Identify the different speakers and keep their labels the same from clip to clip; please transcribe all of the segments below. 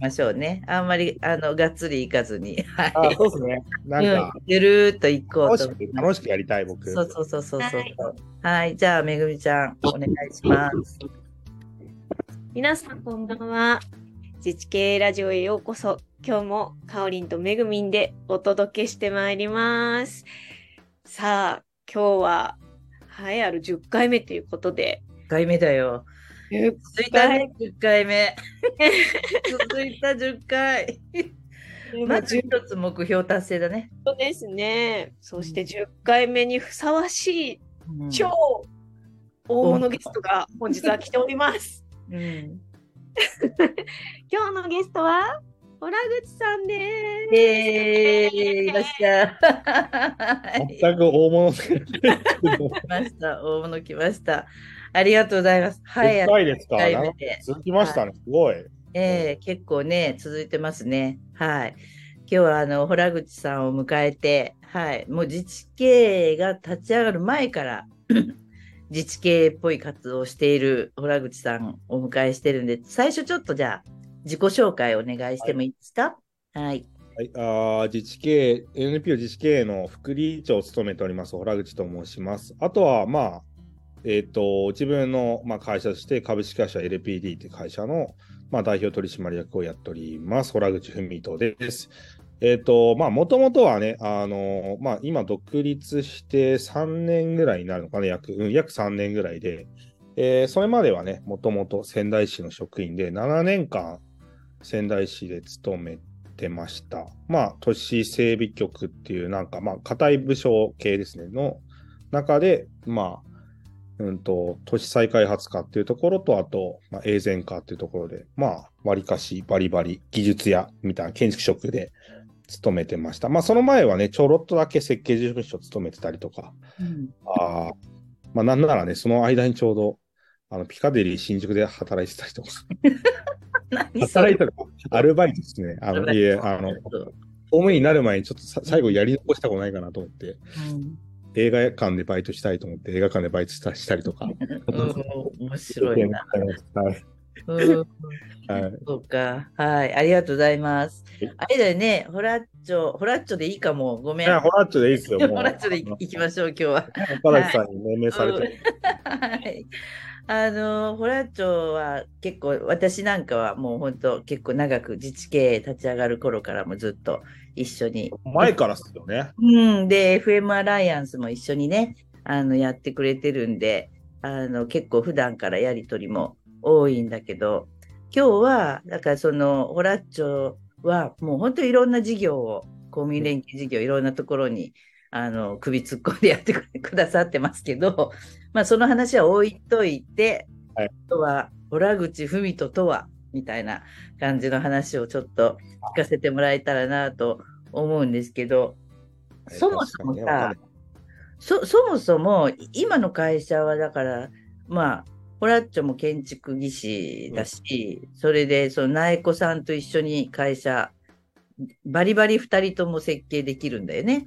Speaker 1: ましょうね。あんまり、がっつり行かずに。は
Speaker 2: あ、
Speaker 1: い。
Speaker 2: そうですね。な
Speaker 1: うん、
Speaker 2: んか、
Speaker 1: ゆるーっと行こうと思います。
Speaker 2: 楽しくやりたい、僕。
Speaker 1: そうそうそうそうそう
Speaker 3: はい。
Speaker 1: そう。はい。じゃあ、めぐみちゃん、お願いします。
Speaker 3: 皆さん、こんばんは。自治系ラジオへようこそ。今日もかおりんとめぐみんでお届けしてまいります。さあ、今日は栄えある10回目ということで、
Speaker 1: 1回目だよ。
Speaker 3: 10
Speaker 1: 続いた
Speaker 3: 回
Speaker 1: ね、10回目。続いた10回。ま
Speaker 3: 目も10
Speaker 1: ず一つ目標達成だね。
Speaker 3: 度ですね。そして10回目にふさわしい超大物ゲストが本日は来ております。
Speaker 1: うん。
Speaker 3: 今日のゲストは、洞口さんです。
Speaker 1: いらっしゃい。
Speaker 2: 全く大物で。
Speaker 1: 来ました。大物来ました。ありがとうございます。はい、
Speaker 2: 10回です
Speaker 1: 1
Speaker 2: か？
Speaker 1: 回目で。
Speaker 2: 続きましたね。すごい。
Speaker 1: 結構ね、続いてますね。はい。今日は洞口さんを迎えて、はい、もう自治系が立ち上がる前から自治系っぽい活動をしている洞口さんをお迎えしてるんで、最初ちょっとじゃあ自己紹介お願いしてもいいですか？はい。
Speaker 2: はい、自治系、NPO 自治系の副理事長を務めております、洞口と申します。あとは、自分の、会社として株式会社 LPD という会社の、代表取締役をやっております、洞口文人です。もともとはね、今独立して3年ぐらいになるのかな、約3年ぐらいで、それまではね、もともと仙台市の職員で7年間仙台市で勤めてました。都市整備局っていう、固い部署系ですね、の中で、都市再開発課っていうところと、あと、エーゼン課っていうところで、割かしバリバリ技術屋みたいな建築職で勤めてました。その前はね、ちょろっとだけ設計事務所勤めてたりとか、
Speaker 1: うん、
Speaker 2: なんならね、その間にちょうど、ピカデリー新宿で働いてたりとか、
Speaker 1: 何それ。
Speaker 2: 働いてたか、アルバイトですね。公務員になる前にちょっと最後やり残したことないかなと思って、
Speaker 1: うん、
Speaker 2: 映画館でバイトしたいと思って映画館でバイトしたりとか。
Speaker 1: 面白いな。
Speaker 2: はい。
Speaker 1: うん、
Speaker 2: はい。
Speaker 1: そうか。はい。ありがとうございます。あれだよね。ホラッチョでいいかも。ごめん。
Speaker 2: ホラッチョでいいですよ、
Speaker 1: ホラッ
Speaker 2: もう。
Speaker 1: チョで行きましょう、今日は。
Speaker 2: 岡
Speaker 1: はい。
Speaker 2: 崎さんに命名されてる。
Speaker 1: はい。ホラッチョは結構、私なんかはもう本当結構長く自治系立ち上がる頃からもずっと一緒に。
Speaker 2: 前からですよね。
Speaker 1: うん。で、FM アライアンスも一緒にね、やってくれてるんで、結構普段からやりとりも多いんだけど、今日は、だからその、ホラッチョはもう本当にいろんな事業を、公民連携事業、いろんなところに、首突っ込んでやってくださってますけど、その話は置いといて、
Speaker 2: はい。
Speaker 1: あとは、洞口文人とは、みたいな感じの話をちょっと聞かせてもらえたらなと思うんですけど、そもそ
Speaker 2: 確かにね、わかん
Speaker 1: もさ、
Speaker 2: ない。
Speaker 1: そもそも、今の会社はだから、まあ、ホラッチョも建築技師だ
Speaker 2: うん、
Speaker 1: し、それで、その苗子さんと一緒に会社、バリバリ二人とも設計できるんだよね。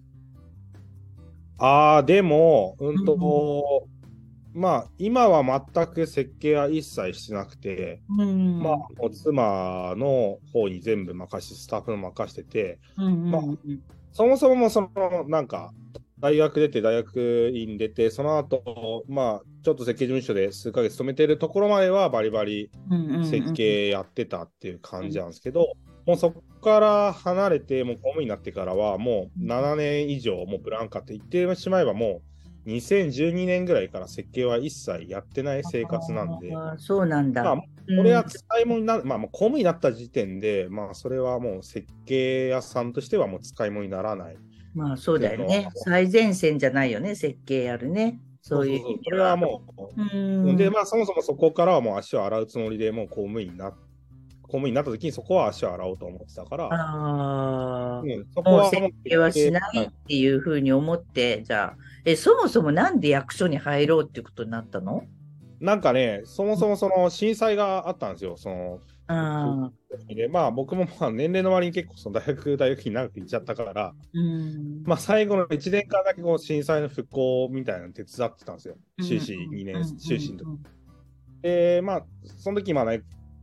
Speaker 2: でも、
Speaker 1: うん
Speaker 2: 今は全く設計は一切してなくて、
Speaker 1: うん。うん
Speaker 2: もう妻の方に全部スタッフの任してて、
Speaker 1: うん
Speaker 2: まあ、
Speaker 1: うんうん。
Speaker 2: そもそも大学出て、大学院出て、その後、ちょっと設計事務所で数ヶ月勤めてるところまではバリバリ
Speaker 1: うんうん
Speaker 2: 設
Speaker 1: うん
Speaker 2: 計やってたっていう感じなんですけど、もうそこから離れて、もう公務員になってからは、もう7年以上、もうブランカって言ってしまえば、もう2012年ぐらいから設計は一切やってない生活なんで、
Speaker 1: そうなんだ。
Speaker 2: これは
Speaker 1: うん。
Speaker 2: 使い物になる、もう公務員になった時点で、それはもう設計屋さんとしてはもう使い物にならないっ
Speaker 1: まあそう
Speaker 2: ていうのは、
Speaker 1: だよね。最前線じゃないよね、設計やるね。そういう意
Speaker 2: これは
Speaker 1: 味では。
Speaker 2: も
Speaker 1: う
Speaker 2: う、で、
Speaker 1: ん。
Speaker 2: そもそもそこからはもう足を洗うつもりで、もう公務員になった時にそこは足を洗おうと思ってたから、
Speaker 1: あ
Speaker 2: そ
Speaker 1: あ、もう設
Speaker 2: こはもう
Speaker 1: 計はしな
Speaker 2: はい。
Speaker 1: いっていうふうに思って、じゃあ、そもそもなんで役所に入ろうっていうことになったの？
Speaker 2: そもそもその震災があったんですよ。
Speaker 1: ああ、
Speaker 2: で、僕も年齢の割に結構その大学に長く行っちゃったから、
Speaker 1: うん、
Speaker 2: 最後の1年間だけこう震災の復興みたいなの手伝ってたんですよ。
Speaker 1: うん、
Speaker 2: 修士
Speaker 1: うん、
Speaker 2: 2年、
Speaker 1: うん、
Speaker 2: 修士の時。
Speaker 1: うん、
Speaker 2: で、その時ね、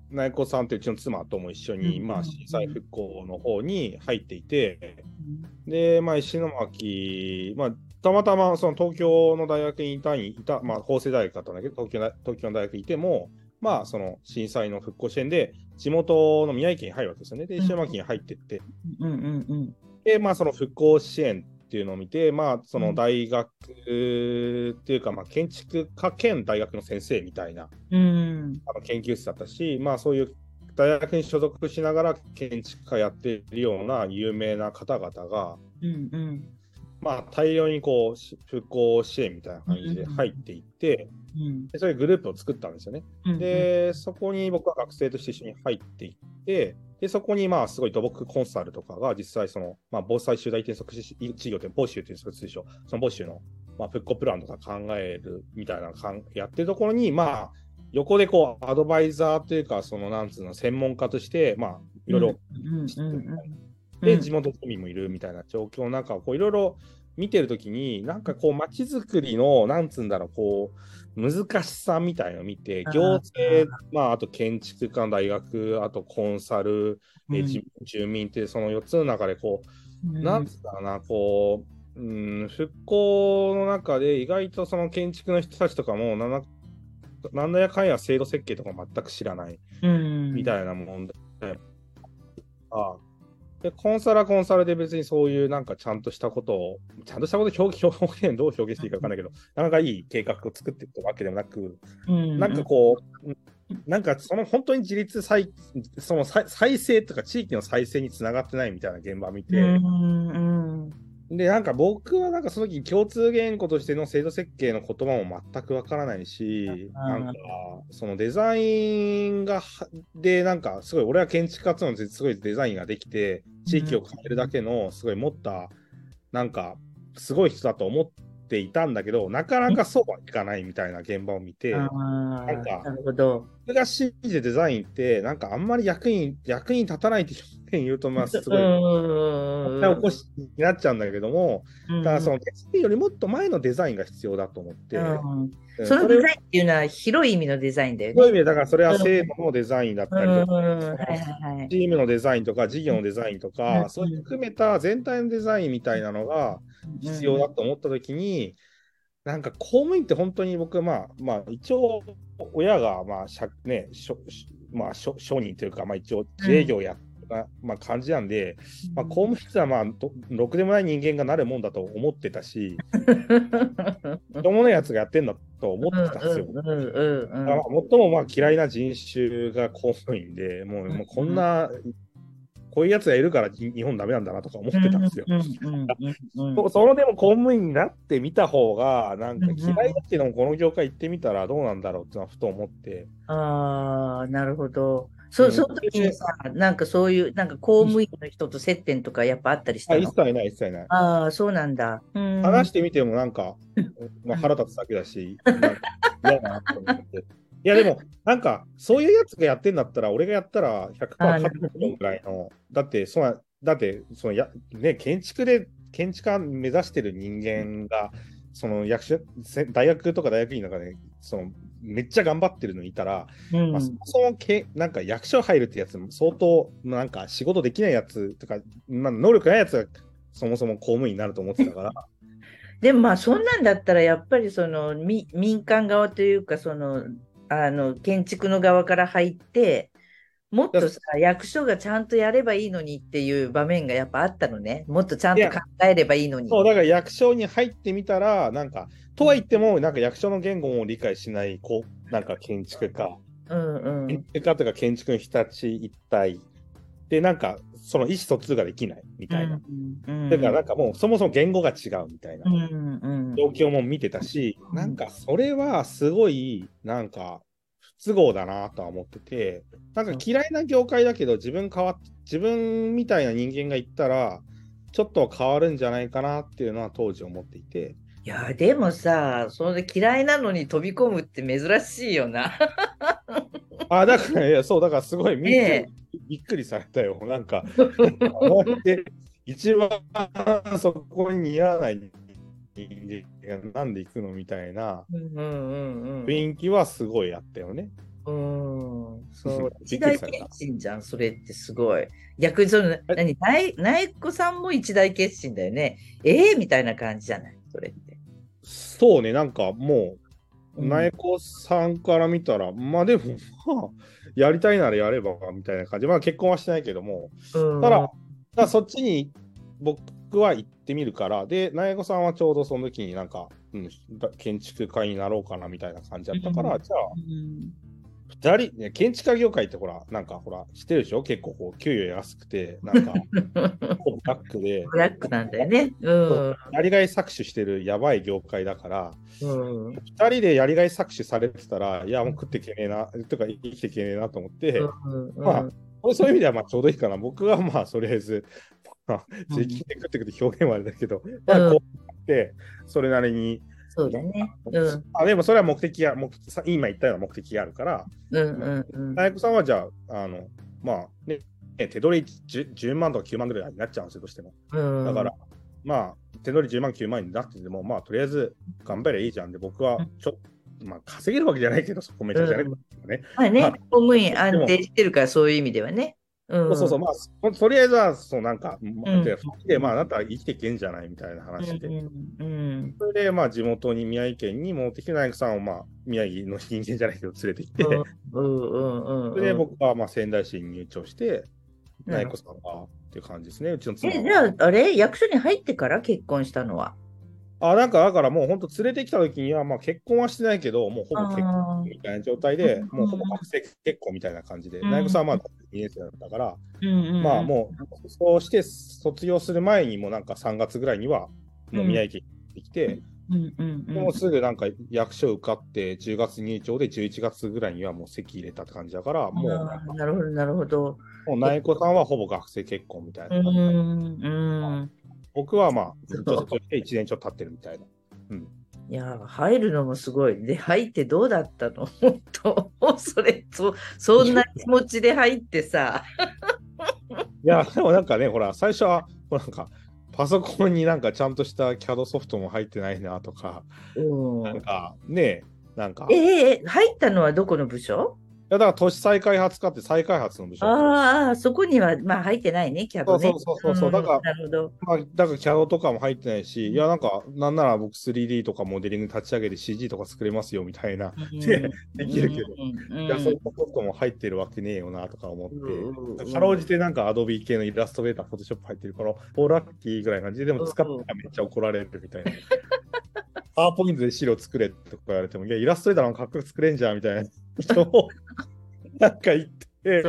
Speaker 2: 苗子さんといううちの妻とも一緒に、まあ、震災復興の方に入っていて、で、まあ、石巻、まあ、たまたまその東京の大学にいた、まあ、法政大学だったんだけど、東京の大学にいても、まあ、その震災の復興支援で、地元の宮城県に入るわけですよね。で、石巻に入っていって、で、まあ、その復興支援っていうのを見て、まあ、その大学っていうか、まあ、建築家兼大学の先生みたいな、研究室だったし、まあ、そういう大学に所属しながら建築家やっているような有名な方々が、まあ、大量にこう復興支援みたいな感じで入っていって、でそういうグループを作ったんですよね。で、そこに僕は学生として一緒に入っていって、でそこにまあすごい土木コンサルとかが実際その、まあ、防災集団移転促進事業という防州という措置でしょ、その防州の、まあ、復興プランとか考えるみたいなやってるところに、まあ、横でこうアドバイザーというか、そのなんつうの専門家として、まあ、いろいろ知ってるみたいな。で、地元住民もいるみたいな状況の中をこういろいろ見てるときに、なんかこう街づくりの、なんつうんだろう、こう、難しさみたいのを見て、行政、まあ、あと建築家の大学、あとコンサル、住民って、その4つの中で、こう、なんつうんだろうな、こう、復興の中で、意外とその建築の人たちとかも、なんだやかんや制度設計とか全く知らないみたいなもんで、でコンサルはコンサルで別にそういうなんかちゃんとしたことをどう表現していいか分かんないけど、なかなかいい計画を作っていくわけでもなく、なんかこう、なんかその本当にその再生とか地域の再生につながってないみたいな現場を見て、で、なんか僕はなんかその時共通言語としての制度設計の言葉も全くわからないし、なんかそのデザインでなんかすごい俺は建築家っていうのすごいデザインができて、地域を変えるだけのすごい持ったなんかすごい人だと思っていたんだけど、なかなかそうはいかないみたいな現場を見て、なんか
Speaker 1: なるほど。
Speaker 2: 難しいデザインってなんかあんまり役に立たないって表現言うとまあすごい起こしになっちゃうんだけども、だからそのデザインよりもっと前のデザインが必要だと思って、
Speaker 1: そのデザインっていうのは広い意味のデザインだよね。
Speaker 2: 広い意味でだからそれは制度のデザインだったりとか、チームのデザインとか事業のデザインとか、そういう含めた全体のデザインみたいなのが必要だと思ったときに、なんか公務員って本当に僕はまあ一応親がまあ商人というか、まあ一応自営業やったまあ感じなんで、まあ、公務員ってはまあろくでもない人間がなるもんだと思ってたし、子供のやつがやってんだと思ってたんですよ。最もまあ嫌いな人種が公務員で、もうこんなこういうやつがいるから日本ダメなんだなとか思ってたんですよ。そのでも公務員になってみた方が、なんか嫌いだっていうのもこの業界行ってみたらどうなんだろうっていうのはふと思って。
Speaker 1: ああ、なるほど。その時にさ、なんかそういう、なんか公務員の人と接点とかやっぱあったりしたの？
Speaker 2: 一切ない、一切ない。
Speaker 1: ああ、そうなんだ。
Speaker 2: 話してみてもなんか、まあ、腹立つだけだし、嫌だなと思って。いやでも、なんか、そういうやつがやってんだったら、俺がやったら 100% 勝ってるぐらいの、だって、そのね、建築家目指してる人間が、その大学とか大学院の中で、めっちゃ頑張ってるのいたら、まあ、そもそもなんか役所入るってやつも相当、なんか仕事できないやつとか、まあ、能力ないやつがそもそも公務員になると思ってたから。
Speaker 1: でもまあ、そんなんだったら、やっぱり民間側というか、建築の側から入って、もっとさ、役所がちゃんとやればいいのにっていう場面がやっぱあったのね。もっとちゃんと考えればいいのに。
Speaker 2: そう、だから役所に入ってみたら、なんか、とは言っても、なんか役所の言語も理解しない、なんか建築家。建築家とか建築の人たち一体。で、なんか、その意思疎通ができないみたいな。だから、なんかもう、そもそも言語が違うみたいな状況も見てたし、なんか、それはすごい、なんか、不都合だなとは思ってて、なんか嫌いな業界だけど、自分みたいな人間が行ったら、ちょっと変わるんじゃないかなっていうのは当時思っていて。
Speaker 1: いや、でもさ、それ嫌いなのに飛び込むって珍しいよな。
Speaker 2: だから、いや、そう、だからすごいびっくりされたよ。なんか、一番そこに似合わない人間がなんで行くのみたいな雰囲気はすごいあったよね。
Speaker 1: そう、
Speaker 2: びっ
Speaker 1: 一大
Speaker 2: くりされた。
Speaker 1: 決心じゃん、それってすごい。逆に内子さんも一大決心だよね。みたいな感じじゃない、それって。
Speaker 2: そうね、なんかもう、
Speaker 1: うん。
Speaker 2: 苗子さんから見たら、まあでも、まあ、やりたいならやれば、みたいな感じ。まあ結婚はしてないけども、
Speaker 1: う
Speaker 2: ただ、
Speaker 1: ん。
Speaker 2: そっちに僕は行ってみるから、で、苗子さんはちょうどその時になんか、建築家になろうかなみたいな感じだったから、じゃあ、
Speaker 1: うん。
Speaker 2: 二人、ね、建築家業界ってほら、なんかほら、知ってるでしょ？結構こう、給与安くて、なんか、ブラックで、
Speaker 1: ブラックなんだよね。う
Speaker 2: そう
Speaker 1: ん。
Speaker 2: やりがい搾取してるやばい業界だから、
Speaker 1: うん。
Speaker 2: 二人でやりがい搾取されてたら、いや、もう食っていけねえな、とか生きていけねえなと思っ
Speaker 1: う
Speaker 2: て、ま
Speaker 1: ん。
Speaker 2: あ、そういう意味ではまあちょうどいいかな。僕はまあ、とりあえず、まあ、
Speaker 1: うん。
Speaker 2: 税金で食っていくって表現はあれだけど、まあ、
Speaker 1: うん。
Speaker 2: こうやって、それなりに、
Speaker 1: そうだね。うん。
Speaker 2: でもそれは今言ったような目的があるから、
Speaker 1: うん。うん。うん。
Speaker 2: 大工さんはじゃあ、まあね、手取り 10万とか9万ぐらいになっちゃうんですよ、どうしても。
Speaker 1: うん。
Speaker 2: だから、まあ、手取り10万、9万になってても、まあ、とりあえず頑張ればいいじゃんで、僕はまあ、稼げるわけじゃないけど、そこめちゃくちゃね。
Speaker 1: まあね、
Speaker 2: まあ、
Speaker 1: 公務員安
Speaker 2: でも、
Speaker 1: 定してるから、そういう意味ではね。うん。
Speaker 2: そうそうそう、まあ、とりあえずは、なんか、
Speaker 1: うん。
Speaker 2: まあ、あなたは生きていけんじゃないみたいな
Speaker 1: うん。
Speaker 2: 話で。
Speaker 1: うん。
Speaker 2: それで、まあ、地元に宮城県に戻ってきて、大工さんを、まあ、宮城の人間じゃないけど、連れてきて、
Speaker 1: うん。うん。
Speaker 2: それで
Speaker 1: うん。
Speaker 2: 僕は、まあ、仙台市に入庁して、
Speaker 1: なるほ
Speaker 2: 大工さんがっていう感じですね、うちの
Speaker 1: ど。
Speaker 2: 妻は。
Speaker 1: じゃあ、あれ役所に入ってから結婚したのは？
Speaker 2: なんか、だからもう本当連れてきた時には、まあ結婚はしてないけど、もうほ
Speaker 1: あ
Speaker 2: ぼ結婚
Speaker 1: あ。
Speaker 2: みたいな状態で、もうほぼ学生結婚みたいな感じで、
Speaker 1: うん。
Speaker 2: 大工さんはまあ2年生だったから、
Speaker 1: うん。うん。
Speaker 2: まあもう、そうして卒業する前にもなんか3月ぐらいには、
Speaker 1: うん。
Speaker 2: もう宮城県に行ってきて、
Speaker 1: うん。うん。
Speaker 2: でもすぐなんか役所受かって10月入庁で11月ぐらいにはもう籍入れたって感じだから、もうなんか、
Speaker 1: なるほど、なるほど。
Speaker 2: もう内子さんはほぼ学生結婚みたい
Speaker 1: う
Speaker 2: な感じだ。
Speaker 1: ん。うん。
Speaker 2: 僕はまあ、ずっと
Speaker 1: そう。
Speaker 2: 卒業して1年ちょっと経ってるみたいな。うん。
Speaker 1: いや、入るのもすごい。で、入ってどうだったの？本当、そんな気持ちで入ってさ。
Speaker 2: いや、でもなんかね、ほら、最初は、なんか、パソコンになんかちゃんとした CAD ソフトも入ってないなとか、
Speaker 1: うん。
Speaker 2: なんかね、なんか、
Speaker 1: 入ったのはどこの部署？
Speaker 2: いやだから都市再開発課って再開発の部署だったんです。
Speaker 1: ああ、そこには、まあ入ってないね、キャドね。
Speaker 2: そうそうそうそうそう。
Speaker 1: うん、なるほど。
Speaker 2: だから CAD とかも入ってないし、いや、なんか、なんなら僕 3D とかモデリング立ち上げて CG とか作れますよみたいな。
Speaker 1: う
Speaker 2: で、
Speaker 1: ん、
Speaker 2: で
Speaker 1: うん、
Speaker 2: きるけど、いや、そうい
Speaker 1: うん、
Speaker 2: ったことも入ってるわけねえよなとか思っ
Speaker 1: う
Speaker 2: て、
Speaker 1: ん、
Speaker 2: かろうじてなんか Adobe 系のイラストレーター、Photoshop 入ってるから、ラッキーぐらいな感じで、でも使ったらめっちゃ怒られるみたいな。パワーポイントで資料作れとか言われても、いや、イラストレーターのかっこよく作れんじゃんみたいな人をなんか言って、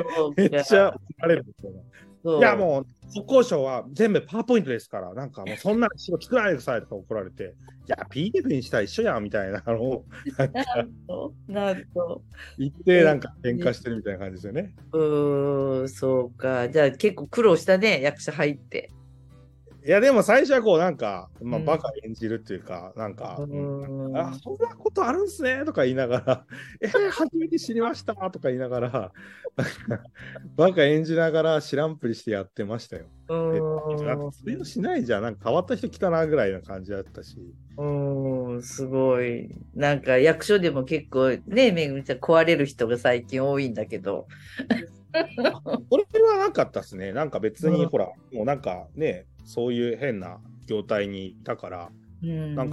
Speaker 1: そう
Speaker 2: めっちゃ
Speaker 1: か、
Speaker 2: 怒られるみたいな。いや、
Speaker 1: そ
Speaker 2: もう、国交省は全部パワーポイントですから、なんかもうそんな資料作らないでくださいとか怒られて、いや、PDF にしたら一緒やんみたいなのを、なん
Speaker 1: う。な
Speaker 2: か
Speaker 1: るほど、なるほど。
Speaker 2: 言って、なんか喧嘩してるみたいな感じですよね。
Speaker 1: そうか。じゃあ結構苦労したね、役者入って。
Speaker 2: いや、でも最初はこう、なんか、まあ、
Speaker 1: うん、
Speaker 2: バカ演じるっていうか、なんか、
Speaker 1: うん、
Speaker 2: そんなことあるんすねとか言いながら、初めて知りましたとか言いながら、なんかバカ演じながら知らんぷりしてやってましたよ。
Speaker 1: う
Speaker 2: なんか
Speaker 1: ん、
Speaker 2: それをしないじゃん、なんか変わった人来たなぐらいな感じだったし。
Speaker 1: うん、すごい。なんか役所でも結構ね、めぐみちゃん壊れる人が最近多いんだけど。
Speaker 2: これはなかったですね。なんか別に、
Speaker 1: うん、
Speaker 2: ほら、もうなんかね、そういう変な業態にいたから、
Speaker 1: うん、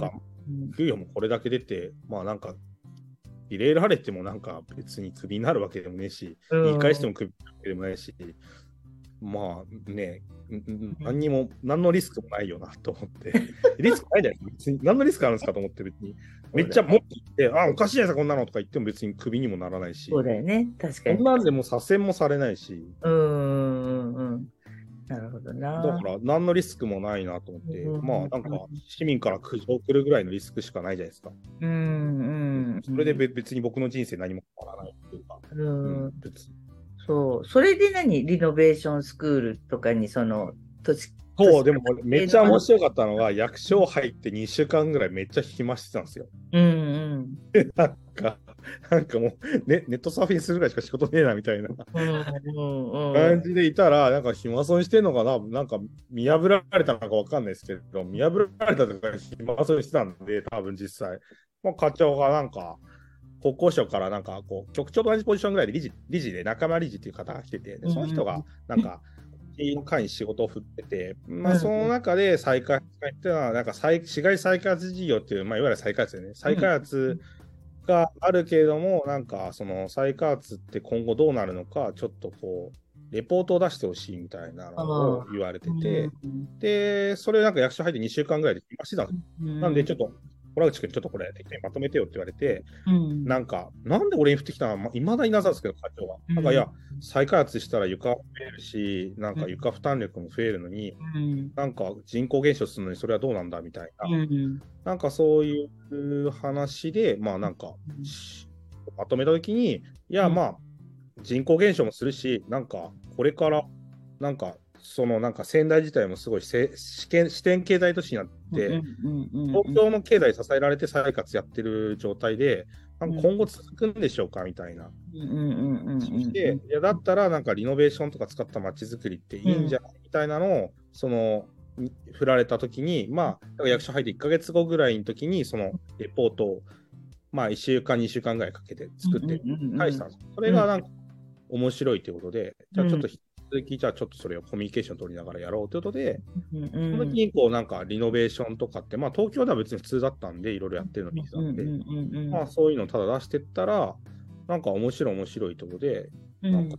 Speaker 2: なんか、
Speaker 1: うん、
Speaker 2: 給与もこれだけ出て、まあなんか、入れられてもなんか別にクビになるわけでもねえし、
Speaker 1: う
Speaker 2: 言い返して
Speaker 1: ん、
Speaker 2: もクビになるわけでもないし、まあね、何にも、何のリスクもないよなと思って、リスクないじゃないですか。別に何のリスクあるんですかと思って、別に。めっちゃ持って言って、おかしいじゃないですか、こんなのとか言っても別にクビにもならない
Speaker 1: そう
Speaker 2: し、
Speaker 1: だよね。確かに。
Speaker 2: こんなんでも左遷もされないし、
Speaker 1: うん、うん、なるほどな。
Speaker 2: だから何のリスクもないなと思っ
Speaker 1: う
Speaker 2: て、まあ
Speaker 1: ん、
Speaker 2: なんか市民から苦情来るぐらいのリスクしかないじゃないですか。
Speaker 1: うん、
Speaker 2: それで別に僕の人生何も変わらないっていうか、
Speaker 1: うん、うん。
Speaker 2: 別に。
Speaker 1: そう。それでリノベーションスクールとかに、都
Speaker 2: そう、
Speaker 1: 市
Speaker 2: でもめっちゃ面白かったのが、役所入って2週間ぐらいめっちゃ暇してたんですよ。
Speaker 1: うん、
Speaker 2: なんか、なんかもう、ネットサーフィンするぐらいしか仕事ねえなみたいな
Speaker 1: うん、うん、うん。
Speaker 2: 感じでいたら、なんか暇そうにしてんのかな、なんか見破られたのかわかんないですけど、見破られたとか暇そうにしてたんで、多分実際。まあ、課長がなんか、 国交省からなんかこう局長と同じポジションぐらいで理事で仲間理事っていう方が来てて、でその人がなんか、の会に仕事を振ってて、まあその中で再開発会っていうのは、なんか市街再開発事業っていう、まあいわゆる再開発ですね。再開発があるけれども、なんかその再開発って今後どうなるのか、ちょっとこう、レポートを出してほしいみたいなのを言われてて、で、それなんか役所入って2週間ぐらいで来ました。なんでちょっと、洞口君ちょっとこれ適当にまとめてよって言われて、なんか、なんで俺に降ってきたのはいまだになさですけど、課長は。なんかいや、再開発したら床増えるし、なんか床負担力も増えるのに、なんか人口減少するのにそれはどうなんだみたいな、なんかそういう話で、まあなんか、まとめたときに、いや、まあ、人口減少もするし、なんか、これから、なんか、そのなんか仙台自体もすごい支店経済都市になって、東京の経済支えられて再活やってる状態で、なんか今後続くんでしょうかみたいな。で、いやだったらなんかリノベーションとか使った街づくりっていいんじゃないみたいなのを、その、振られたときに、まあ、役所入って1ヶ月後ぐらいの時に、そのレポートを、まあ、1週間、2週間ぐらいかけて作って返したんです。それがなんか面白いということで、じゃあちょっと続き、じゃあちょっとそれをコミュニケーション取りながらやろうということで、その時にこうなんかリノベーションとかって、まあ東京では別に普通だったんで、いろいろやってるのになんで、まあそういうのをただ出してったら、なんか面白いところで、なんか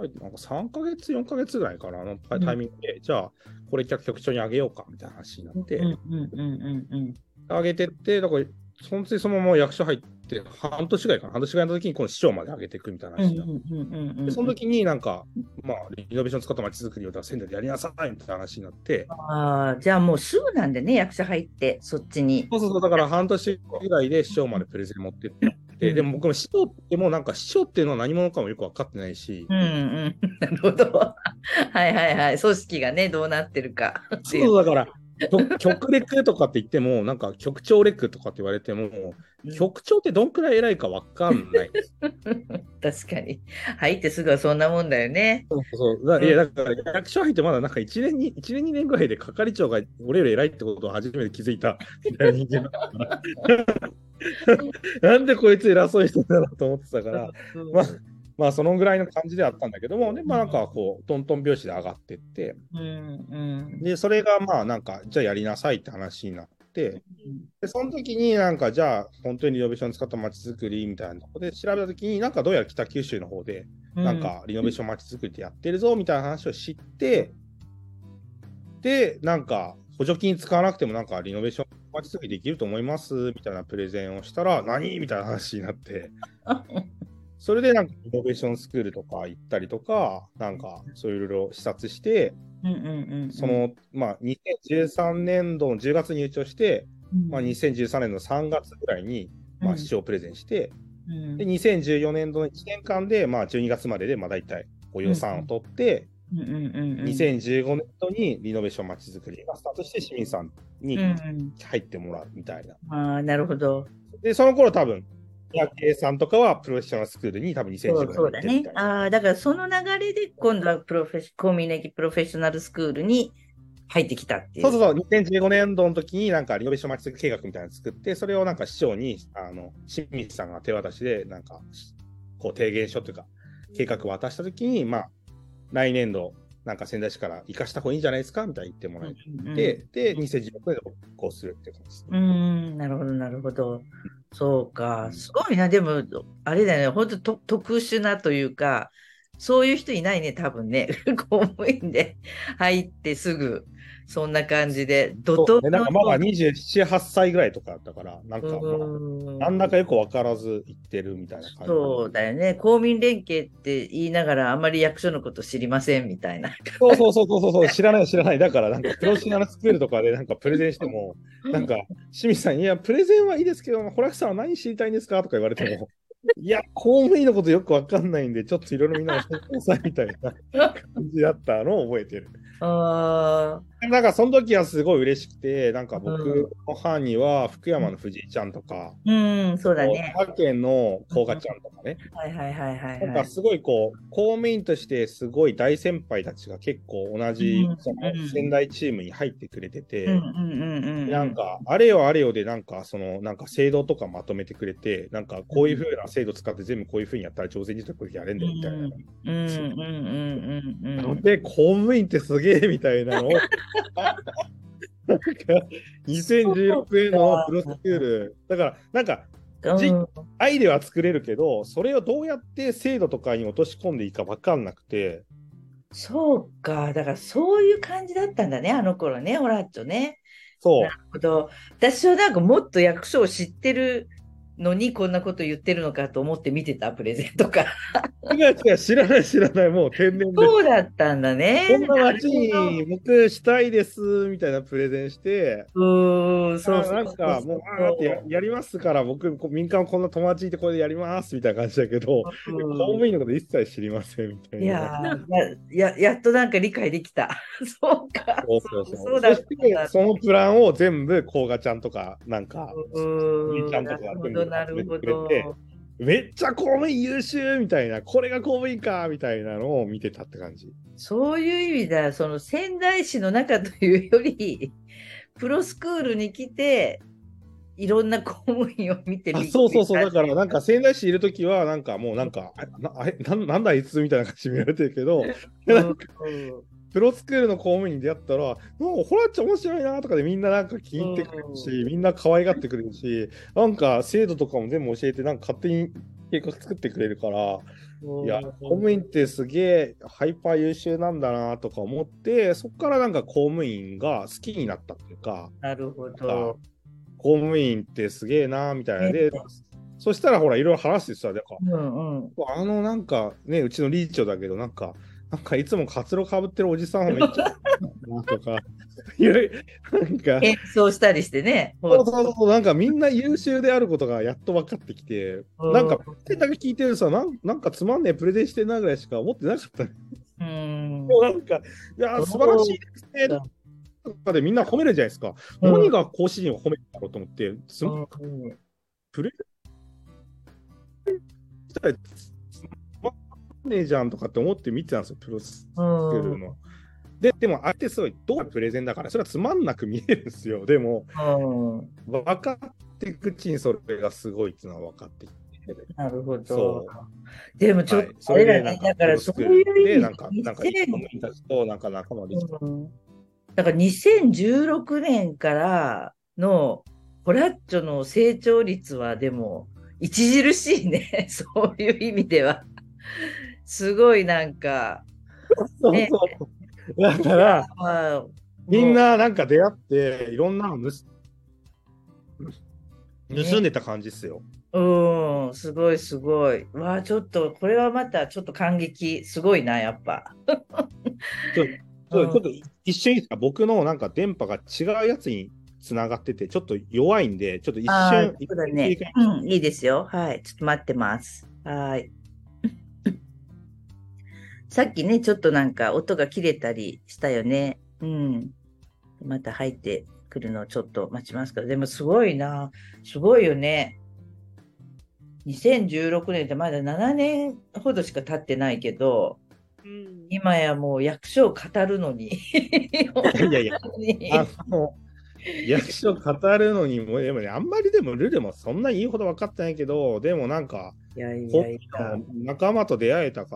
Speaker 2: 3ヶ月、4ヶ月ぐらいかな、タイミングで、じゃあこれ局長にあげようかみたいな話になって、あげてって、だからそのまま役所入って半年ぐらいの時にこの市長まで上げていくみたいな話になって、その時になんか、まあ、リノベーション使った街づくりを仙台でやりなさいみたいな話になって。
Speaker 1: ああ、じゃあもうすぐなんでね、役所入って、そっちに。
Speaker 2: そう、だから半年ぐらいで市長までプレゼン持ってって、でも僕も市長ってもなんか市長っていうのは何者かもよく分かってないし。
Speaker 1: なるほど。はい。組織がね、どうなってるか。
Speaker 2: そうだから。局レクとかって言っても、なんか局長レクとかって言われても、局長ってどんくらい偉いか分かんない。
Speaker 1: 確かに。入ってすぐはそんなもんだよね。
Speaker 2: いや、だから役所入ってまだなんか1年、2年ぐらいで係長が俺より偉いってことを初めて気づいたみたいな人間だからなんでこいつ偉そうな人だなと思ってたから、まあそのぐらいの感じであったんだけども、で、まあなんかこう、トントン拍子で上がってって、で、それがまあなんか、じゃあやりなさいって話になって、で、その時になんか、じゃあ本当にリノベーション使った街づくりみたいなところで調べた時に、なんかどうやら北九州の方で、なんかリノベーション街づくりってやってるぞみたいな話を知って、で、なんか補助金使わなくてもなんかリノベーション街づくりできると思いますみたいなプレゼンをしたら、何みたいな話になって、それでなんかイノベーションスクールとか行ったりとか、なんかそういういろいろ視察して、その、まあ、2013年度の10月に入庁して、まあ、2013年の3月ぐらいに、まあ、市長プレゼンして、で、2014年度の1年間で、まあ、12月までで、まあ、大体予算を取って、2015年度にリノベーションまちづくりがスタートして、市民さんに入ってもらうみたいな。
Speaker 1: ああ、なるほど。
Speaker 2: で、その頃多分、三宅さんとかはプロフェッショナルスクールに多分2015年
Speaker 1: そうだね。ああ、だからその流れで今度はコミュニティプロフェッショナルスクールに入ってきたっていう。
Speaker 2: そう、2015年度の時になんかリノベーション街づくり計画みたいなの作って、それをなんか市長に、清水さんが手渡しで、なんか、こう提言書というか、計画を渡した時に、まあ、来年度、なんか仙台市から生かした方がいいんじゃないですかみたいに言ってもらえて、で、2016年でこうするっていう感じです。
Speaker 1: なるほど。そうか、すごいな。でも、あれだよね、本当特殊なというか、そういう人いないね、多分ね。公務員で入ってすぐ、そんな感じで、
Speaker 2: なんかまだ27、8歳ぐらいとかだったから、なんか、なんだかよく分からず行ってるみたいな感じ。
Speaker 1: そうだよね。公民連携って言いながら、あまり役所のこと知りませんみたいな。
Speaker 2: そう、知らない。だから、なんか、プロフェッショナルスクールとかで、なんか、プレゼンしても、なんか、清水さん、いや、プレゼンはいいですけど、洞口さんは何知りたいんですかとか言われても、いや、公務員のことよく分かんないんで、ちょっといろいろみんな教えてくださいみたいな感じだったのを覚えてる。
Speaker 1: ああ。
Speaker 2: なんかその時はすごい嬉しくて、なんか
Speaker 1: うん
Speaker 2: 僕の班には福山の藤井ちゃんとか、
Speaker 1: うん、そうだね。
Speaker 2: 佐賀県の甲賀ちゃんとかね、
Speaker 1: はいはいはいはいはい。
Speaker 2: なんかすごいこう、公務員としてすごい大先輩たちが結構同じ
Speaker 1: うん
Speaker 2: その仙台チームに入ってくれて
Speaker 1: うんう
Speaker 2: て、
Speaker 1: んうんうん
Speaker 2: なんかあれよあれよでなんかそのなんか制度とかまとめてくれて、なんかこういう風な制度使って全部こういう風にやったら朝鮮人とこれやれんだよみたいな。
Speaker 1: うんうんうんうんうん。
Speaker 2: で、公務員ってすげえみたいなのを、なんか2016年のプロスクール、だからなんか
Speaker 1: うん
Speaker 2: アイデアは作れるけど、それをどうやって制度とかに落とし込んでいいか分かんなくて、
Speaker 1: そうか。だからそういう感じだったんだね、あの頃ね、ホラッチョね。
Speaker 2: そう
Speaker 1: なるほど。私はなんかもっと役所を知ってるのにこんなこと言ってるのかと思って見てた、プレゼントか。
Speaker 2: 違う違う、知らない知らない、もう天然で。
Speaker 1: そうだったんだね。
Speaker 2: こんな街
Speaker 1: なる
Speaker 2: に僕したいですみたいなプレゼンして、
Speaker 1: ほど。そうそう
Speaker 2: なんかもうやりますから、僕、民間こんな友達いてこれでやりますみたいな感じだけど、公務員のこと一切知りませんみたい
Speaker 1: い
Speaker 2: な。
Speaker 1: ややっとなんか理解できた。そうか。そうだ
Speaker 2: そして、そのプランを全部、こうがちゃんとか、なんか、みちゃんとか全部
Speaker 1: なるほ
Speaker 2: 集めてくれて、めっちゃ公務員優秀みたいな、これが公務員かみたいなのを見てたって感じ。
Speaker 1: そういう意味では、その仙台市の中というより、プロスクールに来て、いろんな公務員を見て
Speaker 2: そうそうそう、だからなんか仙台市いるときは、なんかもうなんか、なんだあいつみたいな感じで見られてるけど、なんかプロスクールの公務員に出会ったら、もうホラッチ面白いなとかでみんななんか聞いてくれるし、みんな可愛がってくれるし、なんか制度とかも全部教えて、なんか勝手に計画作ってくれるから、いや、公務員ってすげえハイパー優秀なんだなとか思って、そこからなんか公務員が好きになったっていうか、
Speaker 1: なるほど。
Speaker 2: 公務員ってすげえなみたいなで、そしたらほらいろいろ話してさ、なんか、なんかね、うちの理事長だけど、なんかいつもカツラかぶってるおじさんをめっちゃなとか、なんか、
Speaker 1: 演奏したりしてね。
Speaker 2: そう、なんかみんな優秀であることがやっと分かってきて、なんか、プレゼンだけ聞いてるさ、なんかつまんねえプレゼンしてんなぐらいしか思ってなかったね。もうなんか、いや、素晴らしいですね。とかでみんな褒めるじゃないですか。何が講師陣を褒めるんだろうと思って、プレゼンしたらつまんねえじゃんとかって思って見てたんですよ、プロスクールの。でも、あれってすごい、どうプレゼンだから、それはつまんなく見えるんですよ。でも、分かっていくうちにそれがすごいっていうのは分かってきて。
Speaker 1: なるほど。
Speaker 2: そう
Speaker 1: でもちょっと、
Speaker 2: それで、だから
Speaker 1: そういう意味
Speaker 2: なんか、いい友達たちと、なんか仲間できた。
Speaker 1: だから2016年からのホラッチョの成長率はでも著しいね。そういう意味では。すごいなんか。
Speaker 2: そう。だから、みんななんか出会って、いろんなの盗んでた感じっすよ。
Speaker 1: すごいすごい。わあ、ちょっと、これはまたちょっと感激。すごいな、やっぱ。
Speaker 2: ちょっと一瞬いいですか、僕のなんか電波が違うやつにつながってて、ちょっと弱いんで、ちょっと一瞬。
Speaker 1: そうだね。いいですよ。はい。ちょっと待ってます。はい。さっきね、ちょっとなんか音が切れたりしたよね。また入ってくるのをちょっと待ちますけど、でもすごいな。すごいよね。2016年ってまだ7年ほどしか経ってないけど、今やもう役所を語るのに。
Speaker 2: いや、役所語るのにも、でもね、あんまりでもルルもそんなに言うほど分かってないけど、でもなんか、仲間と出会えたから、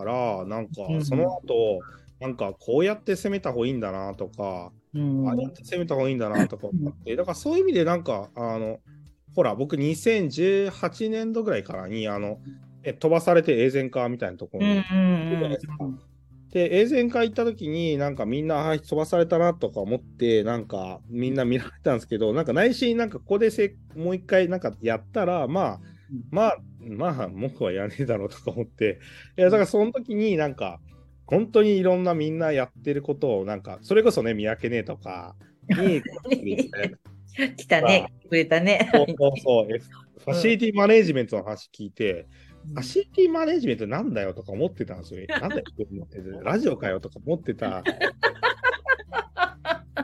Speaker 2: なんか、その後、なんかこうやって攻めた方がいいんだなとか、ああやって攻めた方がいいんだなとか思って、だからそういう意味でなんか、ほら、僕2018年度ぐらいからに、飛ばされてエーゼンカーみたいなところに、で、エーゼンカー行った時に、なんかみんな、飛ばされたなとか思って、なんかみんな見られたんですけど、なんか内心、なんかここでもう一回なんかやったら、まあ、僕はやねえだろうとか思って、いや、だからその時になんか、本当にいろんなみんなやってることを、なんか、それこそね、三宅ねとかに、
Speaker 1: 来たね、くれたね。
Speaker 2: そう、ファシリティマネージメントの話聞いて、ファシリティマネージメントなんだよとか思ってたんですよ。なんだよラジオかよとか思ってた。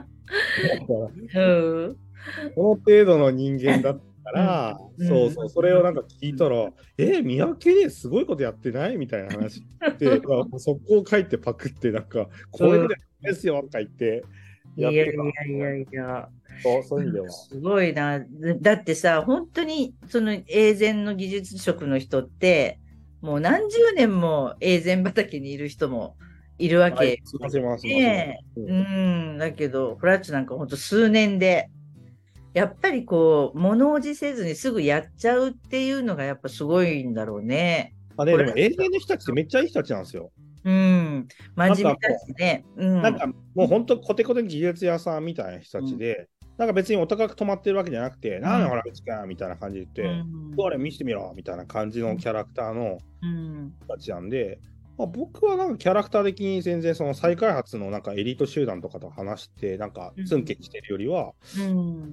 Speaker 1: うん。
Speaker 2: この程度の人間だったら、
Speaker 1: うん
Speaker 2: そうそう、それをなんか聞いたら、三宅ね、すごいことやってないみたいな話で、まあ、速攻書いてパクって、なんか、こういうことやってんですよとか言って、
Speaker 1: いやいや
Speaker 2: やってるから、
Speaker 1: いやいや。
Speaker 2: そういう意味では。
Speaker 1: すごいな。だってさ、本当にそのエーゼンの技術職の人って、もう何十年もエーゼン畑にいる人もいるわ
Speaker 2: はい、
Speaker 1: け
Speaker 2: すいません、すいません。
Speaker 1: ね。うん、だけど、フラッチなんか本当数年で、やっぱりこう、物おじせずにすぐやっちゃうっていうのがやっぱすごいんだろうね。
Speaker 2: でも、永遠の人たちってめっちゃいい人たちなんですよ。
Speaker 1: うん、真面目だ
Speaker 2: なんかも
Speaker 1: しね。う
Speaker 2: う、なん
Speaker 1: ん。
Speaker 2: かもう本当、コテコテ技術屋さんみたいな人たちで、なんか別にお高く泊まってるわけじゃなくて、なんだほら、うちかみたいな感じで
Speaker 1: う
Speaker 2: 言って、
Speaker 1: ん。
Speaker 2: これ見せてみろみたいな感じのキャラクターの
Speaker 1: うん。
Speaker 2: 人たちなんで、まあ、僕はなんかキャラクター的に全然その再開発のなんかエリート集団とかと話して、なんかツンケンしてるよりは、
Speaker 1: うん。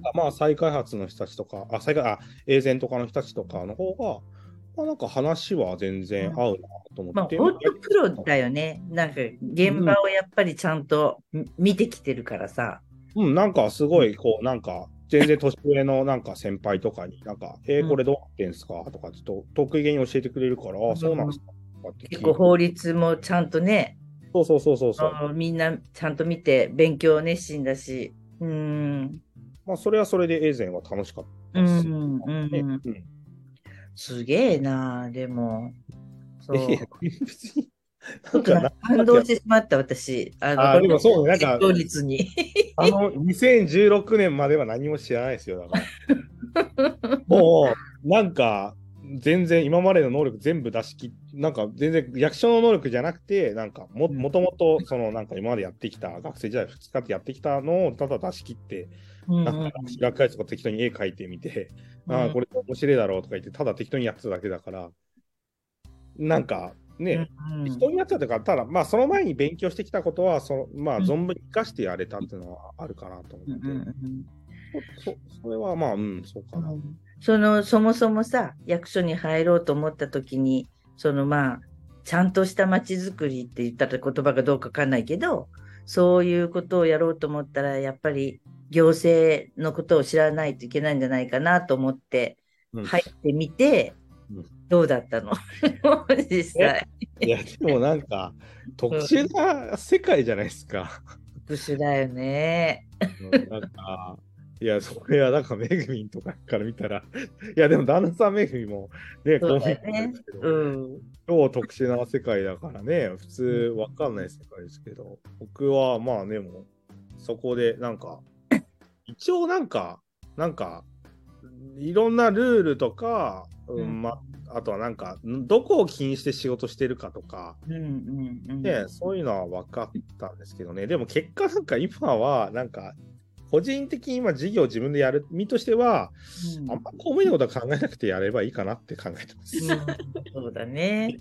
Speaker 2: まあ再開発の人たちとか、エーゼンとかの人たちとかの方が、まあなんか話は全然合うなと思
Speaker 1: まあ、
Speaker 2: って、
Speaker 1: 本当プロだよね。なんか、現場をやっぱりちゃんと見てきてるからさ。
Speaker 2: なんかすごい、こう、なんか、全然年上のなんか先輩とかに、なんか、これどうやってんすかとか、ちょっと得意げに教えてくれるから、あ、そうなんですかとかって
Speaker 1: 結
Speaker 2: 聞いて。
Speaker 1: 構法律もちゃんとね、
Speaker 2: そうそうそうそうそう。
Speaker 1: みんなちゃんと見て勉強熱心だし。
Speaker 2: まあ、それはそれでエーゼンは楽しかっ
Speaker 1: う
Speaker 2: たっす
Speaker 1: ん、う
Speaker 2: ね。
Speaker 1: ん。すげえな、でも。
Speaker 2: いや、
Speaker 1: そう。
Speaker 2: 別に、
Speaker 1: ちょっとなんか感動してしまった、私。
Speaker 2: でもそうね、なんか、
Speaker 1: 成功率に。
Speaker 2: 2016年までは何も知らないですよ、だから。もう、なんか、全然今までの能力全部出し切なんか全然役所の能力じゃなくて、なんかもともと、そのなんか今までやってきた、学生時代2日ってやってきたのをただ出し切って、なんか学会とか適当に絵描いてみて、これ面白いだろうとか言って、ただ適当にやってただけだから、なんかね、適当にやってたというか、ただまあその前に勉強してきたことは、まあ存分に生かしてやれたっていうのはあるかなと思って。それはまあ、そうかな。
Speaker 1: そもそもさ、役所に入ろうと思った時に、まあ、ちゃんとした街づくりって言ったら言葉がどうかわかんないけど、そういうことをやろうと思ったら、やっぱり行政のことを知らないといけないんじゃないかなと思って入ってみて、どうだったの実際。
Speaker 2: いや、でもなんか、特殊な世界じゃないですか。
Speaker 1: 特殊だよね。
Speaker 2: なんか、いや、それはなんかめぐみんとかから見たら、いや、でも旦那さんめぐみもね、
Speaker 1: そう
Speaker 2: こう見
Speaker 1: だよね。
Speaker 2: てるんですけど、
Speaker 1: うん。
Speaker 2: 超特殊な世界だからね、普通わかんない世界ですけど、僕はまあでも、そこでなんか、一応なんか、いろんなルールとか、あとはなんか、どこを気にして仕事してるかとか、そういうのは分かったんですけどね、でも結果なんか今は、なんか、個人的に今事業を自分でやる身としては、あんま公務員のことは考えなくてやればいいかなって考えてます。
Speaker 1: そうだね。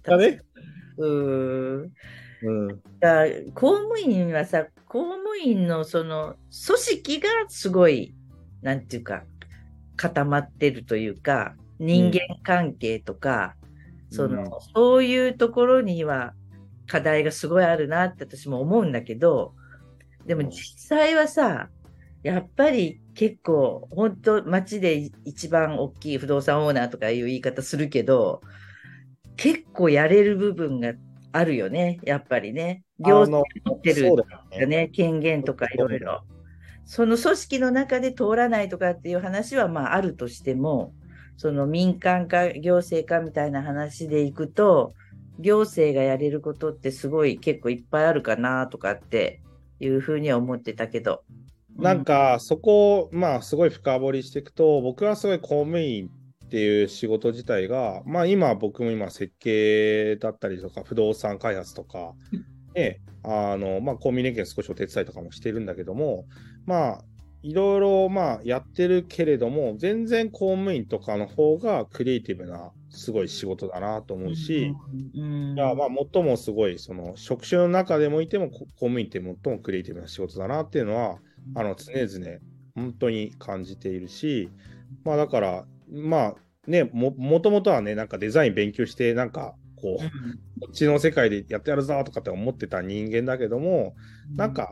Speaker 1: 公務員はさ、公務員のその組織がすごい、なんていうか、固まってるというか、人間関係とか、そういうところには課題がすごいあるなって私も思うんだけど、でも実際はさ、やっぱり結構、本当街で一番大きい不動産オーナーとかいう言い方するけど、結構やれる部分があるよね、やっぱりね。行政持ってるよね、権限とかいろいろ。その組織の中で通らないとかっていう話はまああるとしても、その民間か行政かみたいな話でいくと、行政がやれることってすごい結構いっぱいあるかなとかっていうふうには思ってたけど。
Speaker 2: なんかそこをまあすごい深掘りしていくと、僕はすごい公務員っていう仕事自体が、まあ僕も今設計だったりとか不動産開発とか、まあ公務員連携少しお手伝いとかもしてるんだけども、まあいろいろまあやってるけれども、全然公務員とかの方がクリエイティブなすごい仕事だなと思うし、まあ最もすごいその職種の中でもいても公務員って最もクリエイティブな仕事だなっていうのは常々本当に感じているし、まあだからまあね、もともとはね、なんかデザイン勉強してなんかこう、こっちの世界でやってやるぞとかって思ってた人間だけども、なんか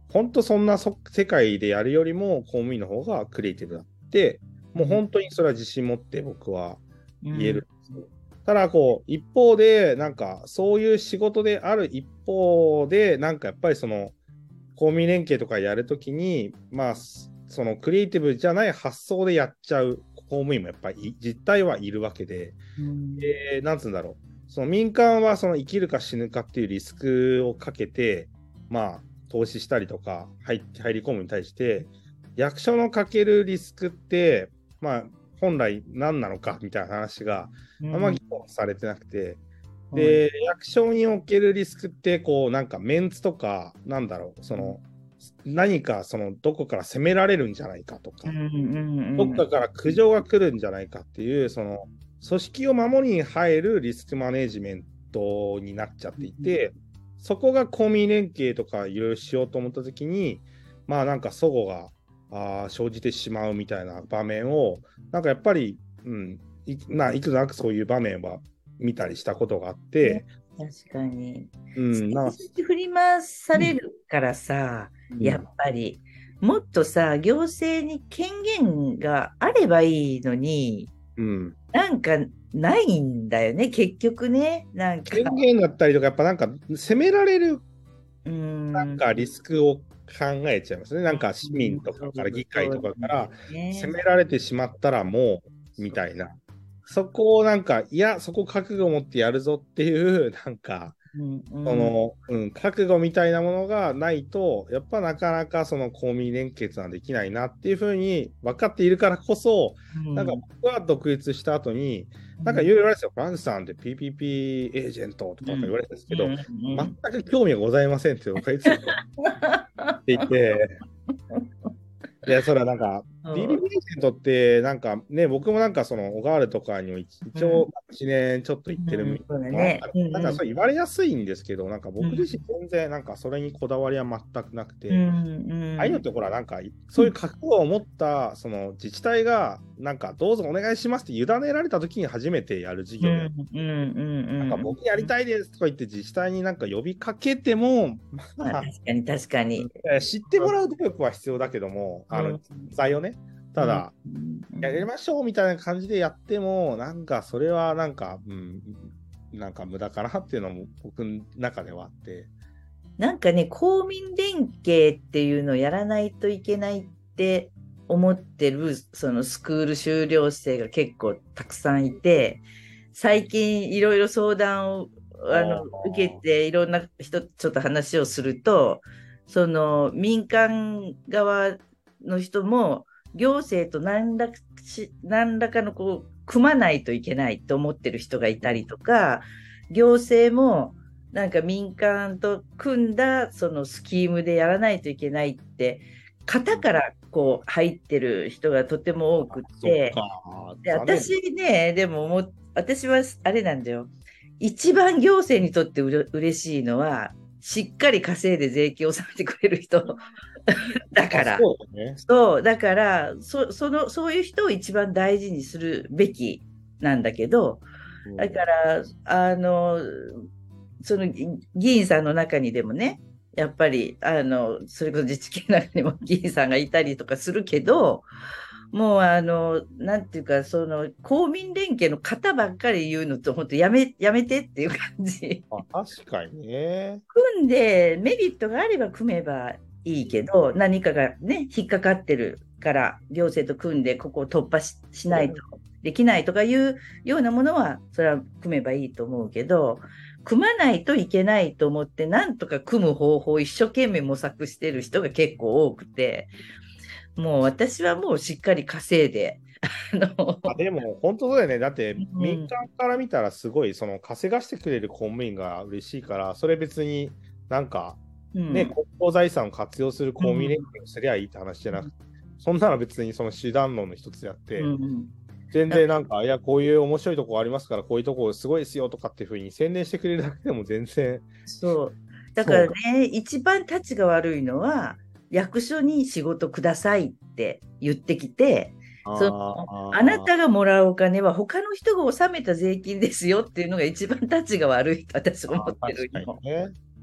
Speaker 2: 本当そんな世界でやるよりも公務員の方がクリエイティブだって、もう本当にそれは自信持って僕は言えるんですよ。ただこう一方でなんかそういう仕事である一方でなんかやっぱりその公務員連携とかやるときにまあそのクリエイティブじゃない発想でやっちゃう公務員もやっぱり実態はいるわけで、なんつうんだろう、その民間はその生きるか死ぬかっていうリスクをかけてまあ投資したりとか入り込むに対して役所のかけるリスクってまあ本来何なのかみたいな話があんま議論されてなくて、で役所におけるリスクってこうなんかメンツとかなんだろう、その何かそのどこから攻められるんじゃないかとか、どっかから苦情が来るんじゃないかっていうその組織を守りに入るリスクマネジメントになっちゃっていて、そこが公民連携とかいろいろしようと思った時にまあなんか齟齬が生じてしまうみたいな場面をなんかやっぱり、いくつなくそういう場面は見たりしたことがあって、
Speaker 1: 確かに。
Speaker 2: なんか
Speaker 1: 振り回されるからさ、やっぱりもっとさ行政に権限があればいいのに、なんかないんだよね結局ね。なんか
Speaker 2: 権限だったりとかやっぱなんか責められるなんかリスクを考えちゃいますね。なんか市民とかから議会とかから責められてしまったらもうみたいな。そこをなんかいやそこ覚悟を持ってやるぞっていうなんかその覚悟みたいなものがないとやっぱなかなかその公民連結はできないなっていうふうに分かっているからこそ、なんか僕は独立した後になんかいろいろ言われてたよ。フランクさんって PPP エージェントとか言われてたんですけど、全く興味がございませんって僕はいつも言っていて。いや、それはなんか、PPP エージェントって、なんかね、僕もなんかその、オガールとかにも一応1年ちょっと行ってるみたいな、なんかそう言われやすいんですけど、なんか僕自身全然なんかそれにこだわりは全くなくて、ああいうのってほら、なんかそういう覚悟を持ったその自治体が、なんかどうぞお願いしますって委ねられた時に初めてやる事業で、なんか僕やりたいですとか言って自治体になんか呼びかけても、
Speaker 1: 確かに確かに。
Speaker 2: 知ってもらう努力は必要だけども、財をね、ただ、やりましょうみたいな感じでやっても、なんかそれはなんか、なんか無駄かなっていうのも僕の中ではあって。
Speaker 1: なんかね、公民連携っていうのをやらないといけないって思ってる、そのスクール修了生が結構たくさんいて、最近いろいろ相談を受けて、いろんな人とちょっと話をすると、その民間側の人も行政と何らかのこう組まないといけないと思ってる人がいたりとか、行政もなんか民間と組んだそのスキームでやらないといけないって型からこう入ってる人がとても多くて、で私ね、でも私はあれなんだよ。一番行政にとって嬉しいのは、しっかり稼いで税金を納めてくれる人だから。そう、だから、そういう人を一番大事にするべきなんだけど、だから、その議員さんの中にでもね、やっぱり、それこそ自治系の中にも議員さんがいたりとかするけど、もうなんていうか、その公民連携の方ばっかり言うのと、本当やめてっていう感じ。
Speaker 2: 確かにね。
Speaker 1: 組んでメリットがあれば組めばいいけど、何かがね、引っかかってるから、行政と組んでここを突破しないとできないとかいうようなものは、それは組めばいいと思うけど、組まないといけないと思って、なんとか組む方法を一生懸命模索してる人が結構多くて、もう私はもうしっかり稼いで。
Speaker 2: でも本当だよね。だって民間から見たらすごいその稼がしてくれる公務員が嬉しいから、それ別になんかね、国交財産を活用する公務員連携をすりゃいいって話じゃなくて、そんなの別にその手段論の一つであって、全然なんか、いや、こういう面白いとこありますから、こういうとこすごいですよとかっていうふうに宣伝してくれるだけでも全然。
Speaker 1: そう。だからね、一番たちが悪いのは、役所に仕事くださいって言ってきて、あなたがもらうお金は他の人が納めた税金ですよっていうのが一番たちが悪いと私は思ってるよ。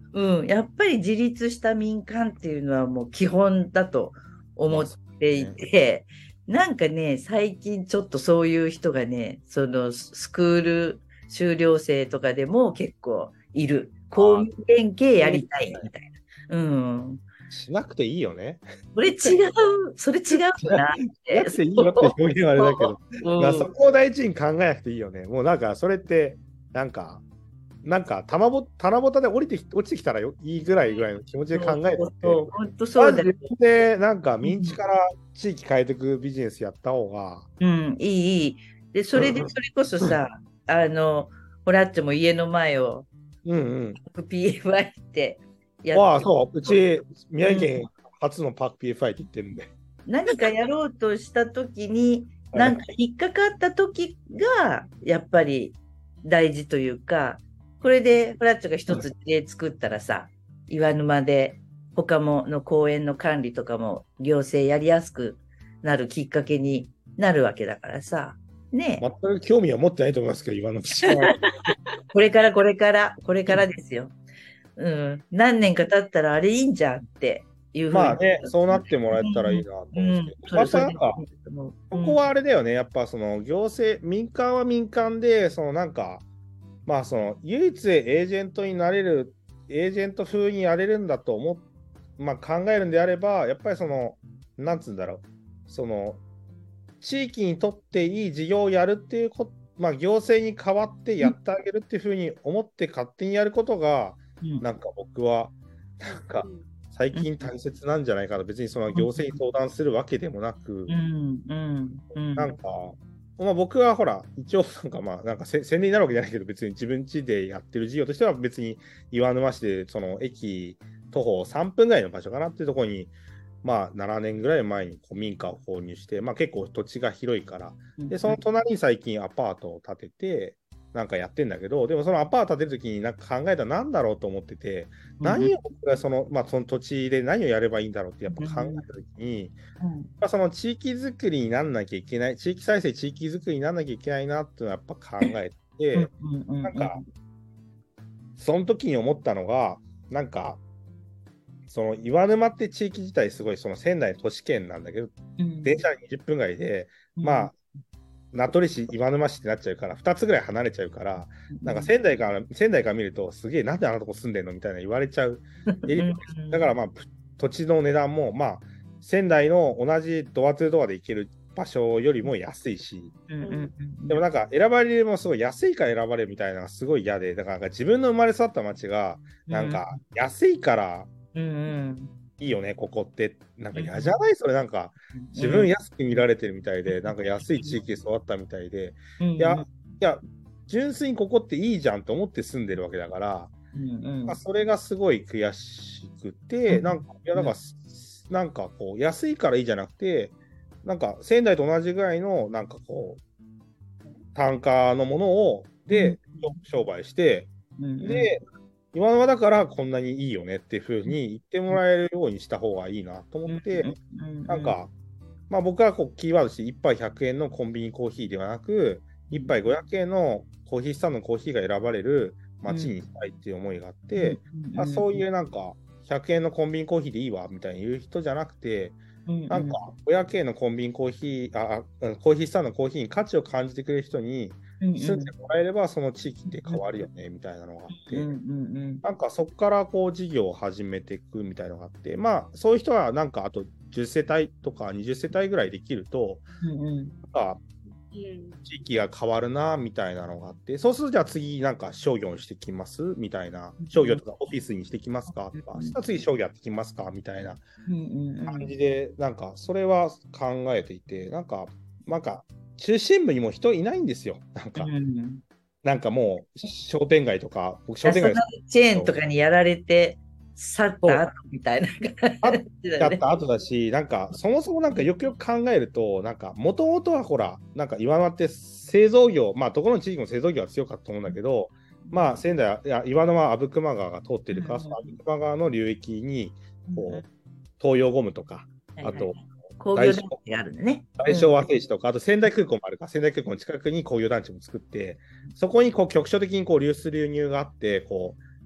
Speaker 1: やっぱり自立した民間っていうのはもう基本だと思っていて、なんかね、最近ちょっとそういう人がね、そのスクール修了生とかでも結構いる。公民連携やりたいみたいな。
Speaker 2: しなくていいよね。
Speaker 1: それ違うなって。
Speaker 2: しなくていいよって表現はあれだけど、そこを第一に考えなくていいよね。もうなんかそれって、なんか棚ぼたで落ちてきたらいいぐらいの気持ちで考えてて、
Speaker 1: 本当そうだよ。
Speaker 2: で、なんか民地から地域変えていくビジネスやった方が。
Speaker 1: いい。で、それこそさ、ホラッチョも家の前を、PFI って
Speaker 2: やって。そう、うち、宮城県初のパーク PFI って言ってるんで。
Speaker 1: 何かやろうとしたときに、なんか引っかかったときが、やっぱり大事というか、これでフラッチョが一つ事例作ったらさ、岩沼で他の公園の管理とかも行政やりやすくなるきっかけになるわけだからさ。ね。
Speaker 2: 全く興味は持ってないと思いますけど、岩沼
Speaker 1: これからですよ。何年か経ったらあれいいんじゃんっていうふうに。
Speaker 2: まあね、そうなってもらえたらいいなと思うんですけど、なんか、ここはあれだよね、やっぱその行政、民間は民間で、そのなんか、まあその唯一エージェントになれる、エージェント風にやれるんだと考えるんであれば、やっぱりその、なんつうんだろう、その、地域にとっていい事業をやるっていう行政に代わってやってあげるっていうふうに思って勝手にやることが、なんか僕は、なんか、最近大切なんじゃないかな。別にその行政に相談するわけでもなく、なんか、僕はほら、一応なんか宣伝になるわけじゃないけど、別に自分家でやってる事業としては別に岩沼市でその駅徒歩3分ぐらいの場所かなっていうところに、7年ぐらい前に古民家を購入して、結構土地が広いから、で、その隣に最近アパートを建てて、なんかやってんだけど、でもそのアパート建てるときになんか考えたら何だろうと思ってて、何を僕がその土地で何をやればいいんだろうってやっぱ考えたときに、その地域づくりになんなきゃいけない、地域再生、地域づくりになんなきゃいけないなっていうのはやっぱ考えて、なんか、その時に思ったのが、なんか、その岩沼って地域自体すごいその仙台都市圏なんだけど、電車20分ぐらいで、名取市、岩沼市ってなっちゃうから、2つぐらい離れちゃうから、なんか仙台から見ると、すげえ、なんであのとこ住んでんのみたいな言われちゃう。だから土地の値段も、仙台の同じドアツードアで行ける場所よりも安いし、でもなんか選ばれるもすごい安いから選ばれるみたいなのがすごい嫌で、だから自分の生まれ育った町が、なんか安いから、いいよね、ここって。なんか嫌じゃないそれなんか、自分安く見られてるみたいで、なんか安い地域で育ったみたいで、いや、純粋にここっていいじゃんと思って住んでるわけだから、それがすごい悔しくて、なんかこう、安いからいいじゃなくて、なんか仙台と同じぐらいの、なんかこう、単価のもので商売して、で、今のはだからこんなにいいよねっていうふうに言ってもらえるようにした方がいいなと思って、なんか、僕はこうキーワードして1杯100円のコンビニコーヒーではなく、1杯500円のコーヒースタンドのコーヒーが選ばれる街にしたいっていう思いがあって、そういうなんか100円のコンビニコーヒーでいいわみたいに言う人じゃなくて、なんか500円のコンビニコーヒー、コーヒースタンドのコーヒーに価値を感じてくれる人に住んでもらえればその地域って変わるよねみたいなのがあって、なんかそこからこう事業を始めていくみたいなのがあって、そういう人はなんかあと10世帯とか20世帯ぐらいできると、なんか地域が変わるなみたいなのがあって、そうするとじゃあ次なんか商業にしてきますみたいな、商業とかオフィスにしてきますかとか、したら次商業やってきますかみたいな感じで、なんかそれは考えていて、なんか中心部にも人いないんですよ。なんかもう商店街とか、僕商店街
Speaker 1: チェーンとかにやられて去った後みたいな感じだね。
Speaker 2: やった後だし、なんかそもそもなんかよくよく考えると、なんかもともとはほら、なんか岩沼って製造業、どこの地域も製造業は強かったと思うんだけど、仙台、岩沼は阿武隈川が通ってるから、その阿武隈川の流域にこう東洋ゴムとか、あと
Speaker 1: 工業団地があるんだね。
Speaker 2: 大正和製紙とか、あと仙台空港もあるから、仙台空港の近くに工業団地も作って、そこにこう局所的にこう流出流入があって、こう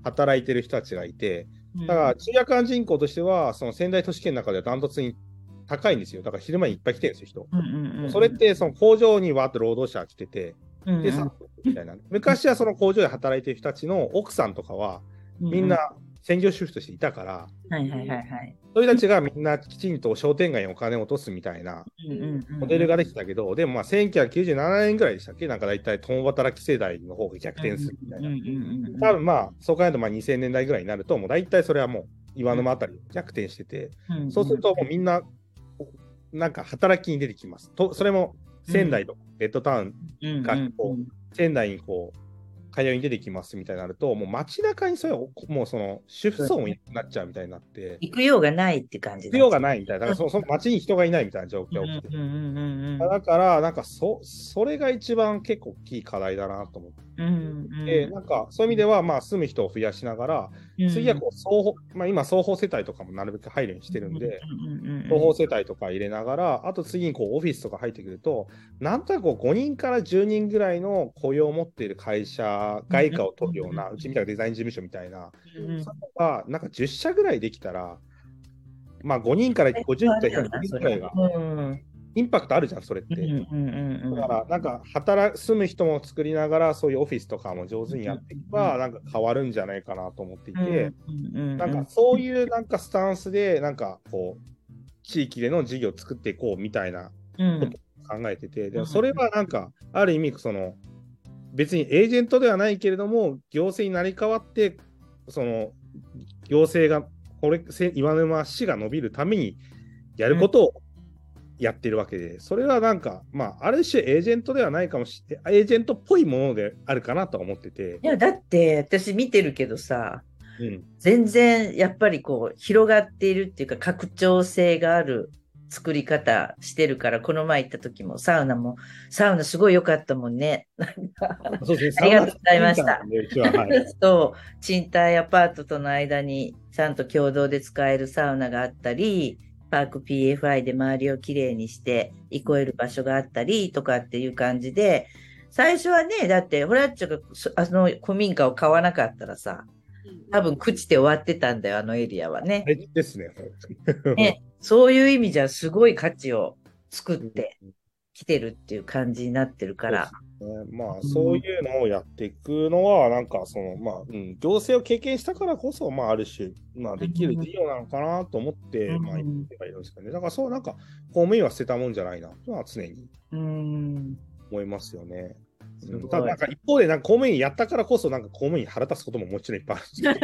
Speaker 2: 働いてる人たちがいて、
Speaker 1: うん
Speaker 2: だから中夜間人口としては、その仙台都市圏の中ではダントツに高いんですよ。だから昼間にいっぱい来てるんですよ、人。
Speaker 1: うんうんうん、
Speaker 2: それってその工場にわーっと労働者が来てて、で、
Speaker 1: うんうん
Speaker 2: さ、みたいな。昔はその工場で働いてる人たちの奥さんとかは、みんな専業主婦としていたから、
Speaker 1: はいはいはいはい。
Speaker 2: そういう人たちがみんなきちんと商店街にお金を落とすみたいなモデルができたけど、でもまあ1997年ぐらいでしたっけ、なんか大体共働き世代の方が逆転するみたいな。多分まあ、そう考えるとまあ2000年代ぐらいになると、もう大体それはもう岩沼あたり逆転してて、そうするともうみんな、なんか働きに出てきます。それも仙台とベッドタウンがこう、仙台にこう、通いに出てきますみたいになると、もう街中にそういう、もうその主婦層もいなくなっちゃうみたいになって、
Speaker 1: 行くようがないって感じ
Speaker 2: 行くようがないみたいな、だからその街に人がいないみたいな状況が起きて、だから、なんかそれが一番結構大きい課題だなと思って。なんかそういう意味では、まあ、住む人を増やしながら、次はこうまあ、今、双方世帯とかもなるべく入るようにしてるんで、双方世帯とか入れながら、あと次にこうオフィスとか入ってくると、なんとなくこう5人から10人ぐらいの雇用を持っている会社、外貨を取るような、うちみたいなデザイン事務所みたいな、それがなんか10社ぐらいできたら、まあ5人から50人と100人ぐらいが。インパクトあるじゃん、それって。だから、なんか、住む人も作りながら、そういうオフィスとかも上手にやっていけば、なんか変わるんじゃないかなと思っていて、なんか、そういうなんかスタンスで、なんか、こう、地域での事業を作っていこうみたいなことを考えてて、でもそれはなんか、ある意味、その、別にエージェントではないけれども、行政になり変わって、その、行政が、岩沼市が伸びるためにやることを、やってるわけで、それはなんか、まあ、ある種エージェントではないかもしれない、エージェントっぽいものであるかなとは思ってて。
Speaker 1: いや、だって私見てるけどさ、全然やっぱりこう広がっているっていうか拡張性がある作り方してるから、この前行った時もサウナすごい良かったもんね。
Speaker 2: そうですね、
Speaker 1: ありがとうございました。
Speaker 2: はい、
Speaker 1: と賃貸アパートとの間にちゃんと共同で使えるサウナがあったり、パーク PFI で周りをきれいにして憩える場所があったりとかっていう感じで、最初はね、だってホラッチョが古民家を買わなかったらさ、多分朽ちて終わってたんだよ、あのエリアはね。
Speaker 2: ですね。
Speaker 1: ね、そういう意味じゃすごい価値を作ってきてるっていう感じになってるから。
Speaker 2: まあ、そういうのをやっていくのは、なんか、まあ、行政を経験したからこそ、まあ、ある種、まあ、できる事業なのかなと思って、まあ、言ってはいるんですかね。だから、そう、なんか、公務員は捨てたもんじゃないな、とは常に思いますよね。ただ、なんか、一方で、なんか、公務員やったからこそ、なんか、公務員腹立つことももちろんいっぱいあるんですけど。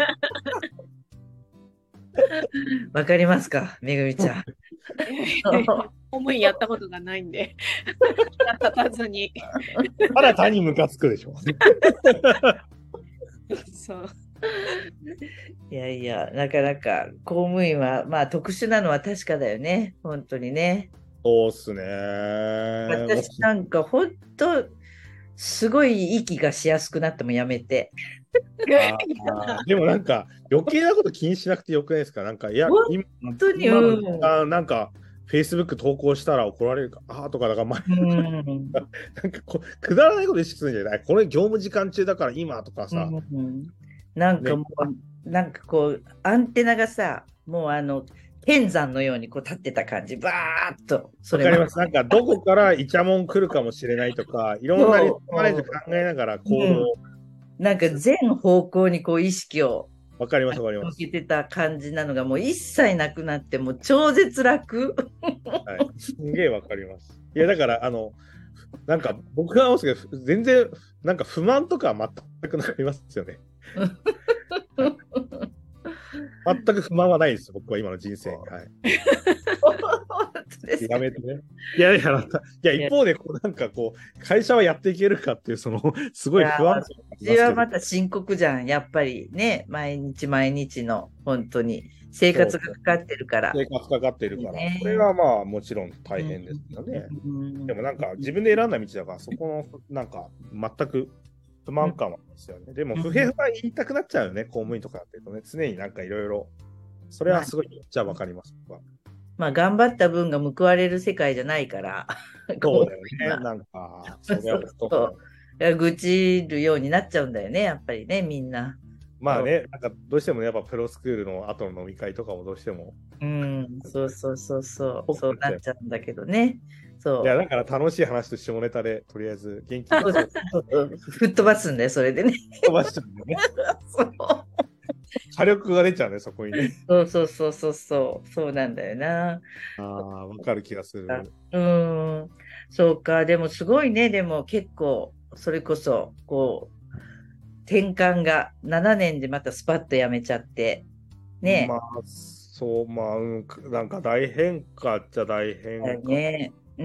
Speaker 1: わかりますか、めぐみちゃん。
Speaker 3: 公務員やったことがないんで、立たずに。
Speaker 2: ただ単にムカつくでしょ。
Speaker 3: そう。
Speaker 1: いやいや、なかなか公務員は、まあ特殊なのは確かだよね、本当にね。
Speaker 2: そうっすね。
Speaker 1: 私なんか本当、すごい息がしやすくなってもやめて。
Speaker 2: でもなんか余計なこと気にしなくてよくないですか。なんか、いや、
Speaker 1: 本当に、
Speaker 2: なんか、Facebook 投稿したら怒られるか、とか、だからなんかくだらないこと意識するんじゃない。これ業務時間中だから今とかさ。
Speaker 1: なんかもう、なんかこう、アンテナがさ、もう剣山のようにこう立ってた感じ、バーッと。
Speaker 2: わかります。なんかどこからイチャモン来るかもしれないとか、いろんなリスクマネージ考えながら行動
Speaker 1: なんか全方向にこう意識を
Speaker 2: わかります、わかります。
Speaker 1: 受けてた感じなのがもう一切なくなって、もう超絶楽。
Speaker 2: はい、すんげえわかります。いや、だからなんか僕は思うんですけど、全然なんか不満とかは全くなりますよね。全く不満はないです、僕は今の人生に。はい。やめてね。いや、一方でなんか会社はやっていけるかっていう、すごい不安。
Speaker 1: うちはまた深刻じゃん、やっぱりね、毎日毎日の本当に生活がかかってるから。
Speaker 2: 生活かかってるから、これはまあもちろん大変ですよね。でもなんか自分で選んだ道だから、そこのなんか全く不満感はですよね。でも不平不満言いたくなっちゃうよね、公務員とかっていうとね、常になんかいろいろ、それはすごいじゃあわかります。
Speaker 1: まあ頑張った分が報われる世界じゃないから。
Speaker 2: そうだよね、なんか、それは
Speaker 1: 愚痴るようになっちゃうんだよね、やっぱりね、みんな。
Speaker 2: まあね、なんかどうしてもね、やっぱプロスクールの後の飲み会とかもどうしても。
Speaker 1: うん、そうそうそうそう、そう
Speaker 2: ぽくなっちゃう
Speaker 1: なっちゃうんだけどね。
Speaker 2: いや、
Speaker 1: そう。
Speaker 2: だから楽しい話と下ネタで、とりあえず元気に
Speaker 1: そうそうそう吹っ飛ばすんだよ、それでね。
Speaker 2: 飛ばしちゃうんだよね。
Speaker 1: そう
Speaker 2: 火力が出ちゃうね、そこにね。
Speaker 1: そうそうそうそうそう、そうなんだよな。
Speaker 2: ああ、わかる気がする。
Speaker 1: うん、そうか、でもすごいね、でも結構、それこそ、こう、転換が7年でまたスパッとやめちゃって、ね。
Speaker 2: まあ、そう、まあ、なんか大変化っちゃ大
Speaker 1: だよ
Speaker 2: 変化。
Speaker 1: ね。うん。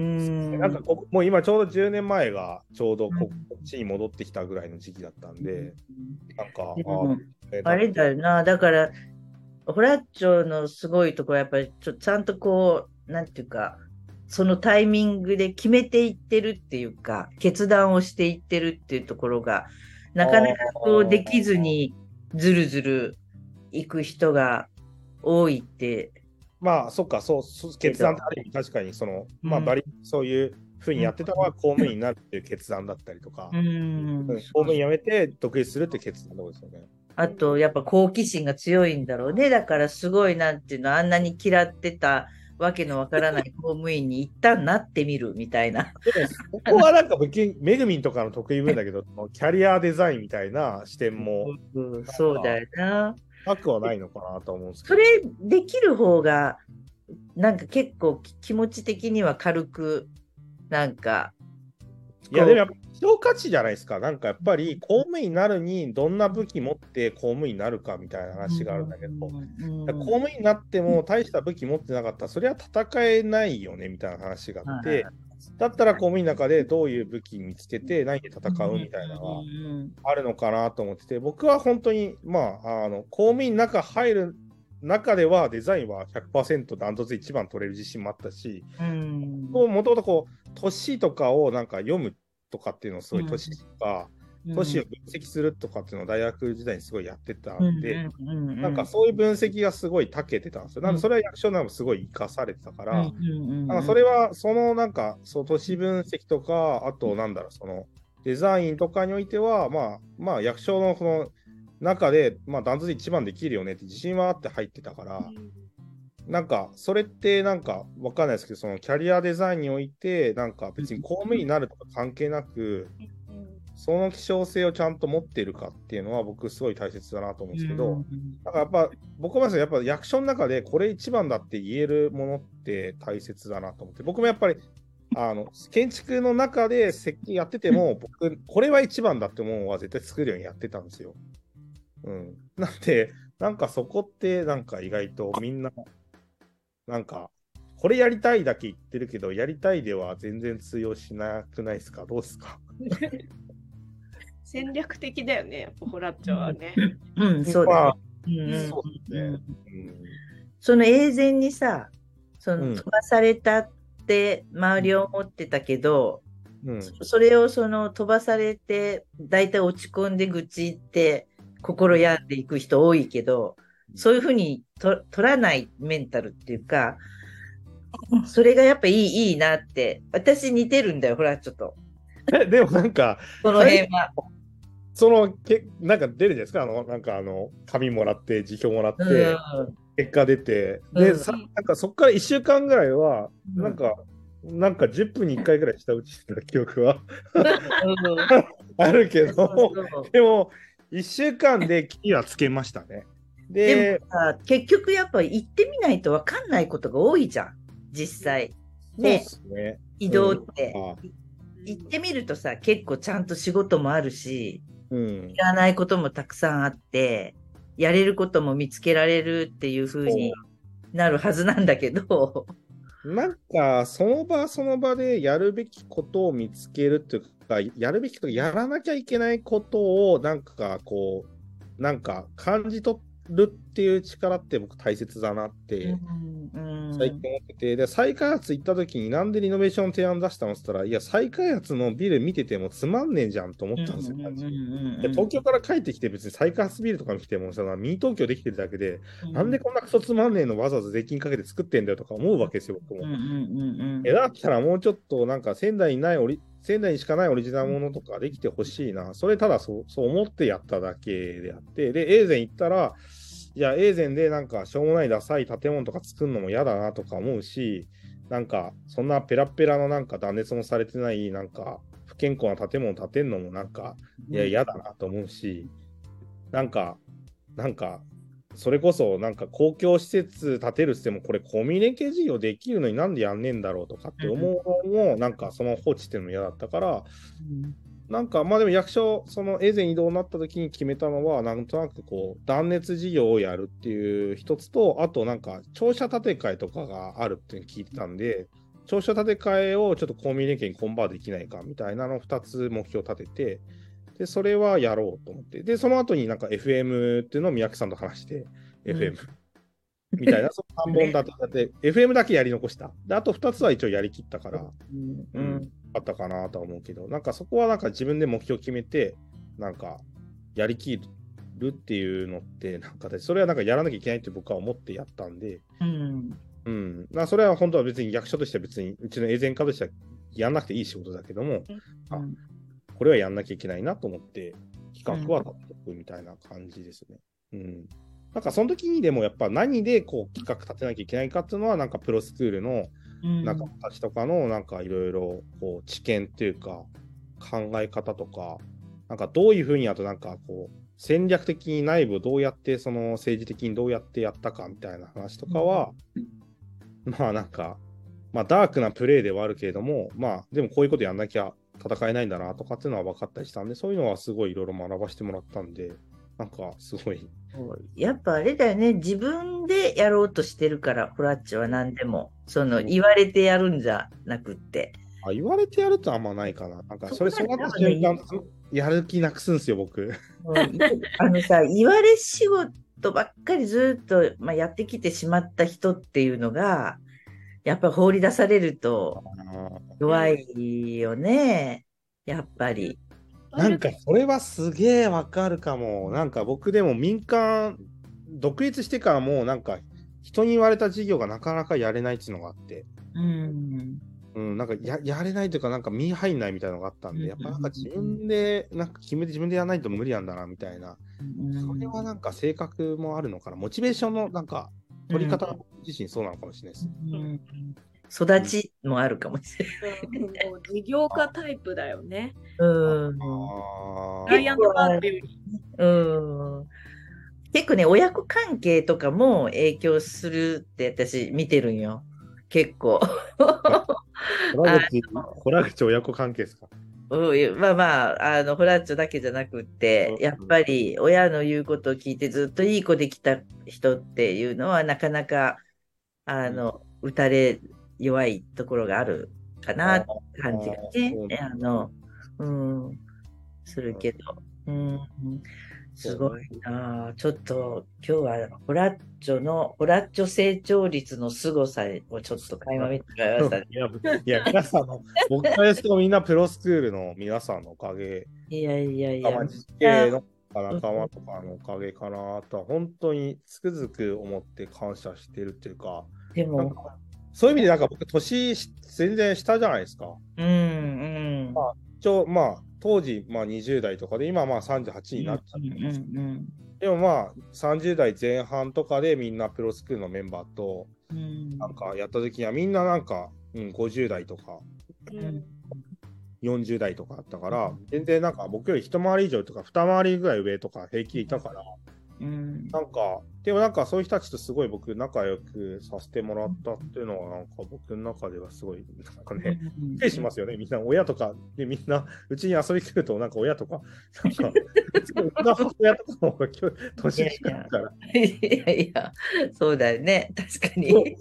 Speaker 2: もう今ちょうど10年前がちょうどこっちに戻ってきたぐらいの時期だったんで、なんか、
Speaker 1: でも、あれ
Speaker 2: だって
Speaker 1: だよな、だから、ホラッチョのすごいところは、やっぱりちゃんとこう、なんていうか、そのタイミングで決めていってるっていうか、決断をしていってるっていうところが、なかなかこうできずに、ずるずる行く人が多いって、
Speaker 2: まあ、そっか、決断ってある意味確かに、まあ、そういうふうにやってたのは公務員になるっていう決断だったりとか、公務員辞めて独立するって決断ですよね。
Speaker 1: あと、やっぱ好奇心が強いんだろうね。だからすごい、なんていうの、あんなに嫌ってたわけのわからない公務員に一旦なってみるみたいな。
Speaker 2: でも、ここはなんか、めぐみんとかの得意分だけど、キャリアデザインみたいな視点も、
Speaker 1: そうだよな。
Speaker 2: なくはないのかなと思うんですけ
Speaker 1: そ
Speaker 2: ど。
Speaker 1: れできる方が、なんか結構気持ち的には軽く、なんか、
Speaker 2: いや、でもやっぱ希少価値じゃないですか。なんかやっぱり公務員になるにどんな武器持って公務員になるかみたいな話があるんだけど、公務員になっても大した武器持ってなかったら、それは戦えないよねみたいな話があって、だったら公務員の中でどういう武器見つけて何で戦うみたいなのがあるのかなと思ってて、僕は本当に、まあ、公務員の中入る中ではデザインは 100% ダントツ一番取れる自信もあったし、もともとこう、都市とかをなんか読むとかっていうのをすごい都市とか、都市を分析するとかっていうのを大学時代にすごいやってたんで、なんかそういう分析がすごい長けてたんですよ。なんでそれは役所などすごい活かされてたから、なんかそれはなんか都市分析とか、あとなんだろう、デザインとかにおいては、まあ役所のその中で、まあダントツ一番できるよねって自信はあって入ってたから、なんか、それってなんかわかんないですけど、そのキャリアデザインにおいて、なんか別に公務員になるとか関係なく、その希少性をちゃんと持っているかっていうのは僕すごい大切だなと思うんですけど、だからやっぱ僕はやっぱ役所の中でこれ一番だって言えるものって大切だなと思って、僕もやっぱり建築の中で設計やってても、僕、これは一番だって思うのは絶対作るようにやってたんですよ。なんで、なんかそこってなんか意外とみんな、なんか、これやりたいだけ言ってるけど、やりたいでは全然通用しなくないですか？どうですか？
Speaker 3: 戦略的だよね、やっぱホラッチョはね。
Speaker 1: そうだ
Speaker 2: ね。そうですね。
Speaker 1: その永前にさ、飛ばされたって周りを思ってたけど、それを飛ばされて、だいたい落ち込んで愚痴って心病んでいく人多いけど、そういうふうに取らないメンタルっていうか、それがやっぱいいなって。私似てるんだよ、ほら、ちょっと。
Speaker 2: でもなんか、
Speaker 1: この辺は。
Speaker 2: なんか出るじゃないですか、なんか紙もらって、辞表もらって、結果出て、で、なんかそこから1週間ぐらいは、なんか10分に1回ぐらい下打ちしてた記憶はあるけど、でも、1週間でキーはつけましたね。
Speaker 1: でもさ、結局やっぱ行ってみないと分かんないことが多いじゃん、実際。ね。移動って。行ってみるとさ、結構ちゃんと仕事もあるし、いらないこともたくさんあって、やれることも見つけられるっていう風になるはずなんだけど。
Speaker 2: なんか、その場でやるべきことを見つけるというか、やるべきとか、やらなきゃいけないことを、なんかこう、なんか感じ取るっていう力って僕大切だなって最近思ってて、で再開発行った時になんでリノベーション提案出したのって言ったら、いや再開発のビル見ててもつまんねえじゃんと思ったんですよ。東京から帰ってきて別に再開発ビルとか見てもさ、ミニ東京できてるだけで、なんでこんなクソつまんねえのわざわざ税金かけて作ってんだよとか思うわけですよ、僕も。だったらもうちょっとなんか仙台にない仙台にしかないオリジナルものとかできてほしいな。それただそう思ってやっただけであって、で、エーゼン行ったら、いや、エーゼンでなんかしょうもないダサい建物とか作るのも嫌だなとか思うし、なんかそんなペラペラのなんか断熱もされてないなんか不健康な建物建てるのもなんか、いや、嫌だなと思うし、なんか、それこそなんか公共施設建てるっつってもこれコミュニケ事業できるのになんでやんねえんだろうとかって思うのもなんかその放置してるの嫌だったから、なんかまあでも役所そのエーゼン移動になった時に決めたのはなんとなくこう断熱事業をやるっていう一つと、あとなんか庁舎建て替えとかがあるって聞いてたんで、庁舎建て替えをちょっとコミュニケにコンバートできないかみたいなのを2つ目標を立てて、で、それはやろうと思って。で、その後になんか FM っていうのを宮城さんと話して、FM みたいな、その3本立てて、FM だけやり残した。で、あと2つは一応やりきったから、あったかなとは思うけど、なんかそこはなんか自分で目標決めて、なんかやりきるっていうのって、なんかそれはなんかやらなきゃいけないって僕は思ってやったんで、それは本当は別に役所としては別に、うちのエーゼン課としてはやんなくていい仕事だけども、これはやんなきゃいけないなと思って企画は立てておくみたいな感じですね。なんかその時にでもやっぱ何でこう企画立てなきゃいけないかっていうのはなんかプロスクールのなんかたちとかのなんかいろいろこう知見っていうか考え方とか、なんかどういうふうにあとなんかこう戦略的に内部をどうやってその政治的にどうやってやったかみたいな話とかは、まあなんかまあダークなプレイではあるけれども、まあでもこういうことやんなきゃ戦えないんだなとかっていうのは分かったりしたんで、そういうのはすごいいろいろ学ばせてもらったんで、なんかすごい。
Speaker 1: やっぱあれだよね、自分でやろうとしてるから、フラッチは何でも、言われてやるんじゃなくって。
Speaker 2: 言われてやるとあんまないかな。なんかそれその後瞬間やる気なくすんですよ、僕。
Speaker 1: 言われ仕事ばっかりずっと、やってきてしまった人っていうのが、やっぱり放り出されると弱いよね、やっぱり。
Speaker 2: なんかそれはすげえわかるかも。なんか僕でも民間独立してからもなんか人に言われた事業がなかなかやれないっていうのがあって、なんか やれないというかなんか身入んないみたいなのがあったんで、やっぱなんか自分でなんか決めて自分でやらないと無理なんだなみたいな、それはなんか性格もあるのかな、モチベーションのなんか取り方自身そうなのかもしれないです。
Speaker 1: 育ちもあるかもしれ
Speaker 3: ない。もう事業家タイプだよね。
Speaker 1: ライアント
Speaker 3: パーっていう。
Speaker 1: 結構ね、親子関係とかも影響するって私見てるんよ。結構。
Speaker 2: ホラ口親子関係ですか？
Speaker 1: ホラッチョだけじゃなくって、やっぱり親の言うことを聞いてずっといい子できた人っていうのはなかなか、打たれ弱いところがあるかなって感じがね、するけど。すごいな。ちょっと今日はホラッチョ成長率の凄さをちょっと垣間見てもらいましたね。
Speaker 2: いや、皆さんの、僕からですとみんなプロスクールの皆さんのおかげ。
Speaker 1: いや。
Speaker 2: 実系の仲間とかのおかげかなと、本当につくづく思って感謝してるっていうか、
Speaker 1: でも、
Speaker 2: そういう意味でなんか僕、年全然下じゃないですか。当時、20代とかで、今38になっちゃってます。でも30代前半とかでみんなプロスクールのメンバーと、なんかやった時にはみんななんか、50代とか、40代とかあったから、全然なんか僕より一回り以上とか二回りぐらい上とか平気でいたから、なんか、でもなんかそういう人たちとすごい僕仲良くさせてもらったっていうのはなんか僕の中ではすごいなんかね、びっくりしますよね。みんな親とかでみんなうちに遊び来るとなんか親とか、なんか親とかの方が年近いから。
Speaker 1: いや、そうだよね。確かに。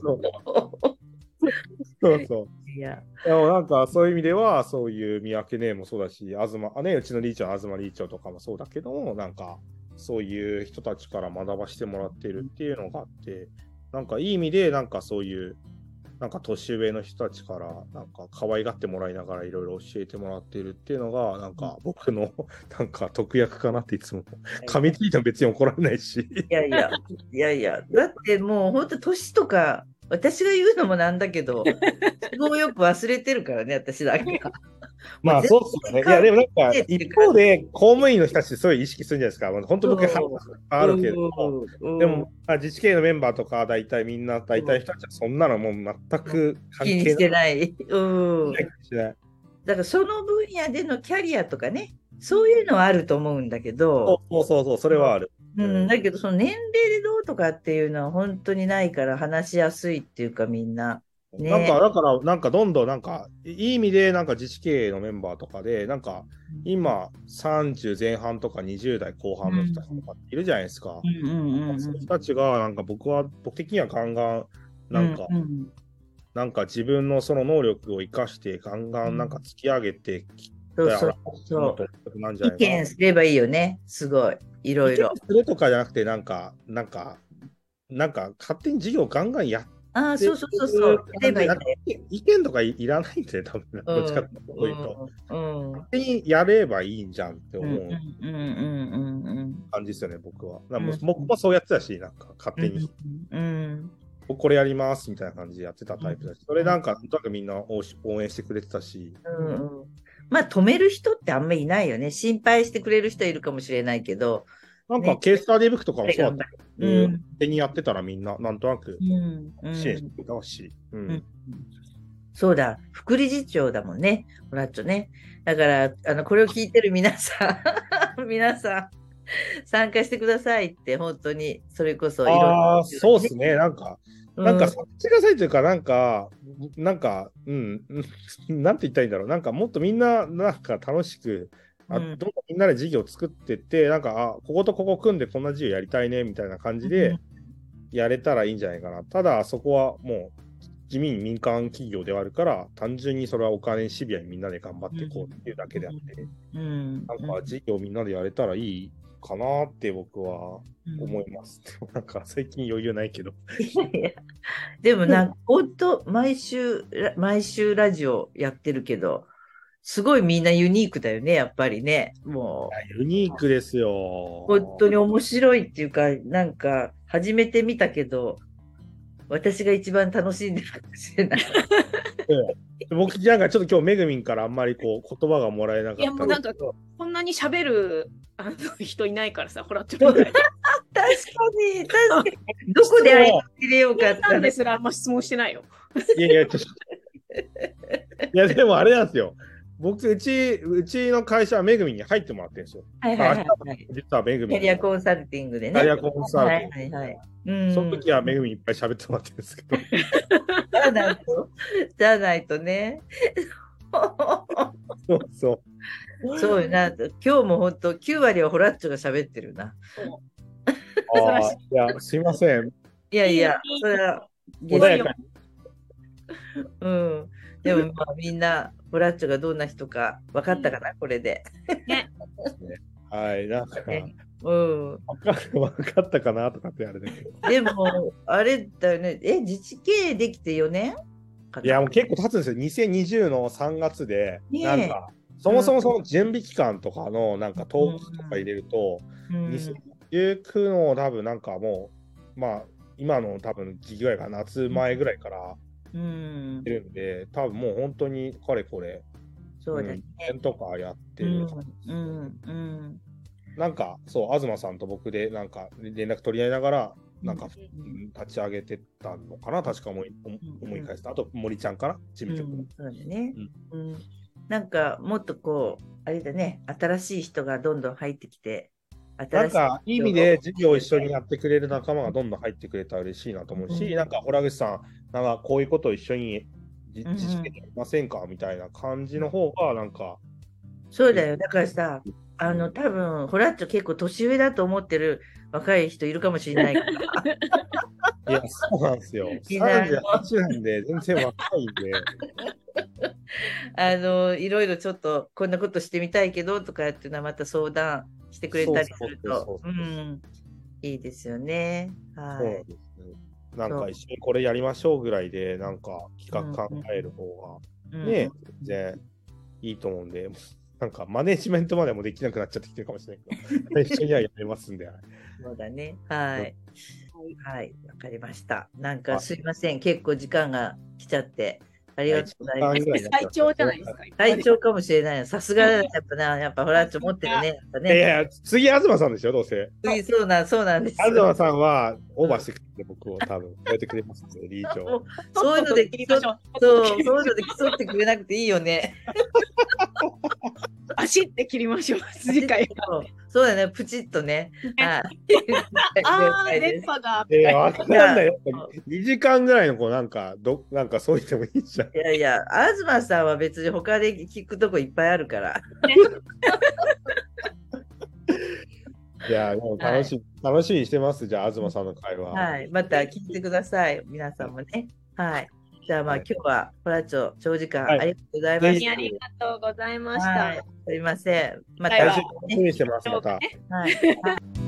Speaker 2: そう。でもなんかそういう意味では、そういう三宅姉もそうだし、うちのリーチョ、東リーチョとかもそうだけど、なんか、そういう人たちから学ばせてもらってるっていうのがあって、なんかいい意味で、なんかそういう、なんか年上の人たちから、なんか可愛がってもらいながらいろいろ教えてもらってるっていうのが、なんか僕の、なんか得役かなっていつも、噛みついても別に怒られないし。
Speaker 1: いや、だってもう本当年とか、私が言うのもなんだけど、都合よく忘れてるからね、私なんか。
Speaker 2: まあ、そうっすよね。いや、でもなんか、一方で、公務員の人たちそういう意識するんじゃないですか。本当僕、あるけど、でも、自治系のメンバーとか、大体みんな、大体人たちはそんなのもう全く関
Speaker 1: 気に
Speaker 2: 係
Speaker 1: してない。
Speaker 2: ない。
Speaker 1: だからその分野でのキャリアとかね、そういうのはあると思うんだけど、
Speaker 2: そう、それはある。
Speaker 1: だけどその年齢でどうとかっていうのは本当にないから話しやすいっていうかみんな。ね。
Speaker 2: だから、どんどん、いい意味で、自治系のメンバーとかで、今、30前半とか20代後半の人たちとかいるじゃないですか。そういう人たちが、僕的にはガンガン、自分のその能力を生かして、ガンガン、突き上げてきたら、
Speaker 1: 意見すればいいよね、すごい、いろいろ。
Speaker 2: それとかじゃなくて、勝手に授業ガンガンやって、
Speaker 1: そう。
Speaker 2: 意見とかいらないんで、多分どっちかというと。勝手にやればいいんじゃんって思う感じですよね、僕は。僕もそうやってたし、勝手に。これやりますみたいな感じでやってたタイプだし、それなんとなくみんな応援してくれてたし。
Speaker 1: まあ、止める人ってあんまりいないよね。心配してくれる人いるかもしれないけど。
Speaker 2: ケーススタディブックとかもそうだったけど、手にやってたらみんな、なんとなく支援してたし。
Speaker 1: そうだ、副理事長だもんね、ホラッチョね。だから、これを聞いてる皆さん、参加してくださいって、本当に、それこそいろいろ。
Speaker 2: そうですね、参加してくださいというか、なんて言ったらいいんだろう。もっとみんな、楽しく、どんどんみんなで事業を作ってって、こことここ組んでこんな事業やりたいね、みたいな感じで、やれたらいいんじゃないかな。ただ、そこはもう、地味に民間企業ではあるから、単純にそれはお金シビアにみんなで頑張っていこうっていうだけであって、事業みんなでやれたらいいかなって僕は思います。最近余裕ないけど。
Speaker 1: でも本当、毎週ラジオやってるけど、すごいみんなユニークだよね、やっぱりね。も
Speaker 2: う。ユニークですよ。
Speaker 1: 本当に面白いっていうか、初めて見たけど、私が一番楽しんでるかもしれない。
Speaker 2: 僕、ちょっと今日、めぐみんからあんまり言葉がもらえなかった。いや、も
Speaker 3: うこんなに喋る人いないからさ、ほら、ちょっと。確か
Speaker 1: に。どこで入れようかって。
Speaker 3: なんですらあんま質問してないよ。
Speaker 2: いや、でもあれなんですよ。僕、うちの会社はめぐみんに入ってもらってるんですよ。実はめぐみん。
Speaker 1: キャリアコンサルティングでね。
Speaker 2: キャリアコンサルティング。その時はめぐみんいっぱい喋ってもらってるんですけど。
Speaker 1: じゃないとね。そうな、今日も本当9割はホラッチョが喋ってるな。
Speaker 2: いや、すいません。
Speaker 1: いや、それは
Speaker 2: 穏やかに。
Speaker 1: でもみんなホラッチョがどんな人か分かったかな、これで。
Speaker 2: はい、分かったかなとかってあれだけど。
Speaker 1: でも、あれだよね、自治経営できて4年
Speaker 2: いや、もう結構経つんですよ。2020の3月で、そもそもその準備期間とかの登記とか入れると、2019の多分もう、今の多分時期ぐらいか夏前ぐらいからいるんで、多分もう本当にかれこれ、
Speaker 1: そうですね。
Speaker 2: とかやってる。そう、東さんと僕で連絡取り合いながら、立ち上げてたのかな、確か思い返すと。あと、森ちゃんかな、事務局。
Speaker 1: そうだね。もっとあれだね、新しい人がどんどん入ってきて、
Speaker 2: いい意味で授業を一緒にやってくれる仲間がどんどん入ってくれたら嬉しいなと思うし、洞口さん、こういうことを一緒に自治系やりませんかみたいな感じの方が、
Speaker 1: そうだよ。だからさ、多分、ホラッチョ結構年上だと思ってる若い人いるかもしれないから。
Speaker 2: いや、そうなんですよ。38なんで、全然若いん
Speaker 1: で。いろいろちょっと、こんなことしてみたいけど、とかっていうのはまた相談してくれたりすると、いいですよね。はい。
Speaker 2: 一緒にこれやりましょうぐらいで、企画考える方が、ね、全然いいと思うんで、マネジメントまでもできなくなっちゃってきてるかもしれないけど、一緒にはやれますんで。
Speaker 1: そうだね。はい。はい、わかりました。すいません。結構時間が来ちゃって、 ありがとうございます。
Speaker 3: 最長じゃないですか。
Speaker 1: 最長かもしれない。さすがやっぱな、やっぱホラッチョ持ってるね。やっぱ
Speaker 2: い
Speaker 1: ね。
Speaker 2: や、次、東さんでしょ、どうせ。
Speaker 1: 次そうなんです。
Speaker 2: 東さんはオーバーしてくれて、僕を多分、超えてくれますね、リーチを。
Speaker 1: もうそういうので
Speaker 3: 切りましょう。
Speaker 1: そういうので競ってくれなくていいよね。
Speaker 3: 走って切りましょう。次回は。
Speaker 1: そうだね、プチッとね。はい
Speaker 3: ああ、
Speaker 1: 了解です
Speaker 3: 電波が。
Speaker 2: わかんないよ。2時間ぐらいのなんかそう言ってもいいじゃん。
Speaker 1: いやいや、東さんは別に他で聞くとこいっぱいあるから。
Speaker 2: いや、でも楽しみにしてます。じゃあ、東さんの会話。
Speaker 1: はい、また聞いてください。皆さんもね。はい。じゃあまあ今日はホラッチョ長時間ありがとうございました。
Speaker 3: ありがとうございました。
Speaker 1: はい、すいません。また、
Speaker 3: はい
Speaker 2: 楽しみにしてます、また。
Speaker 1: はい。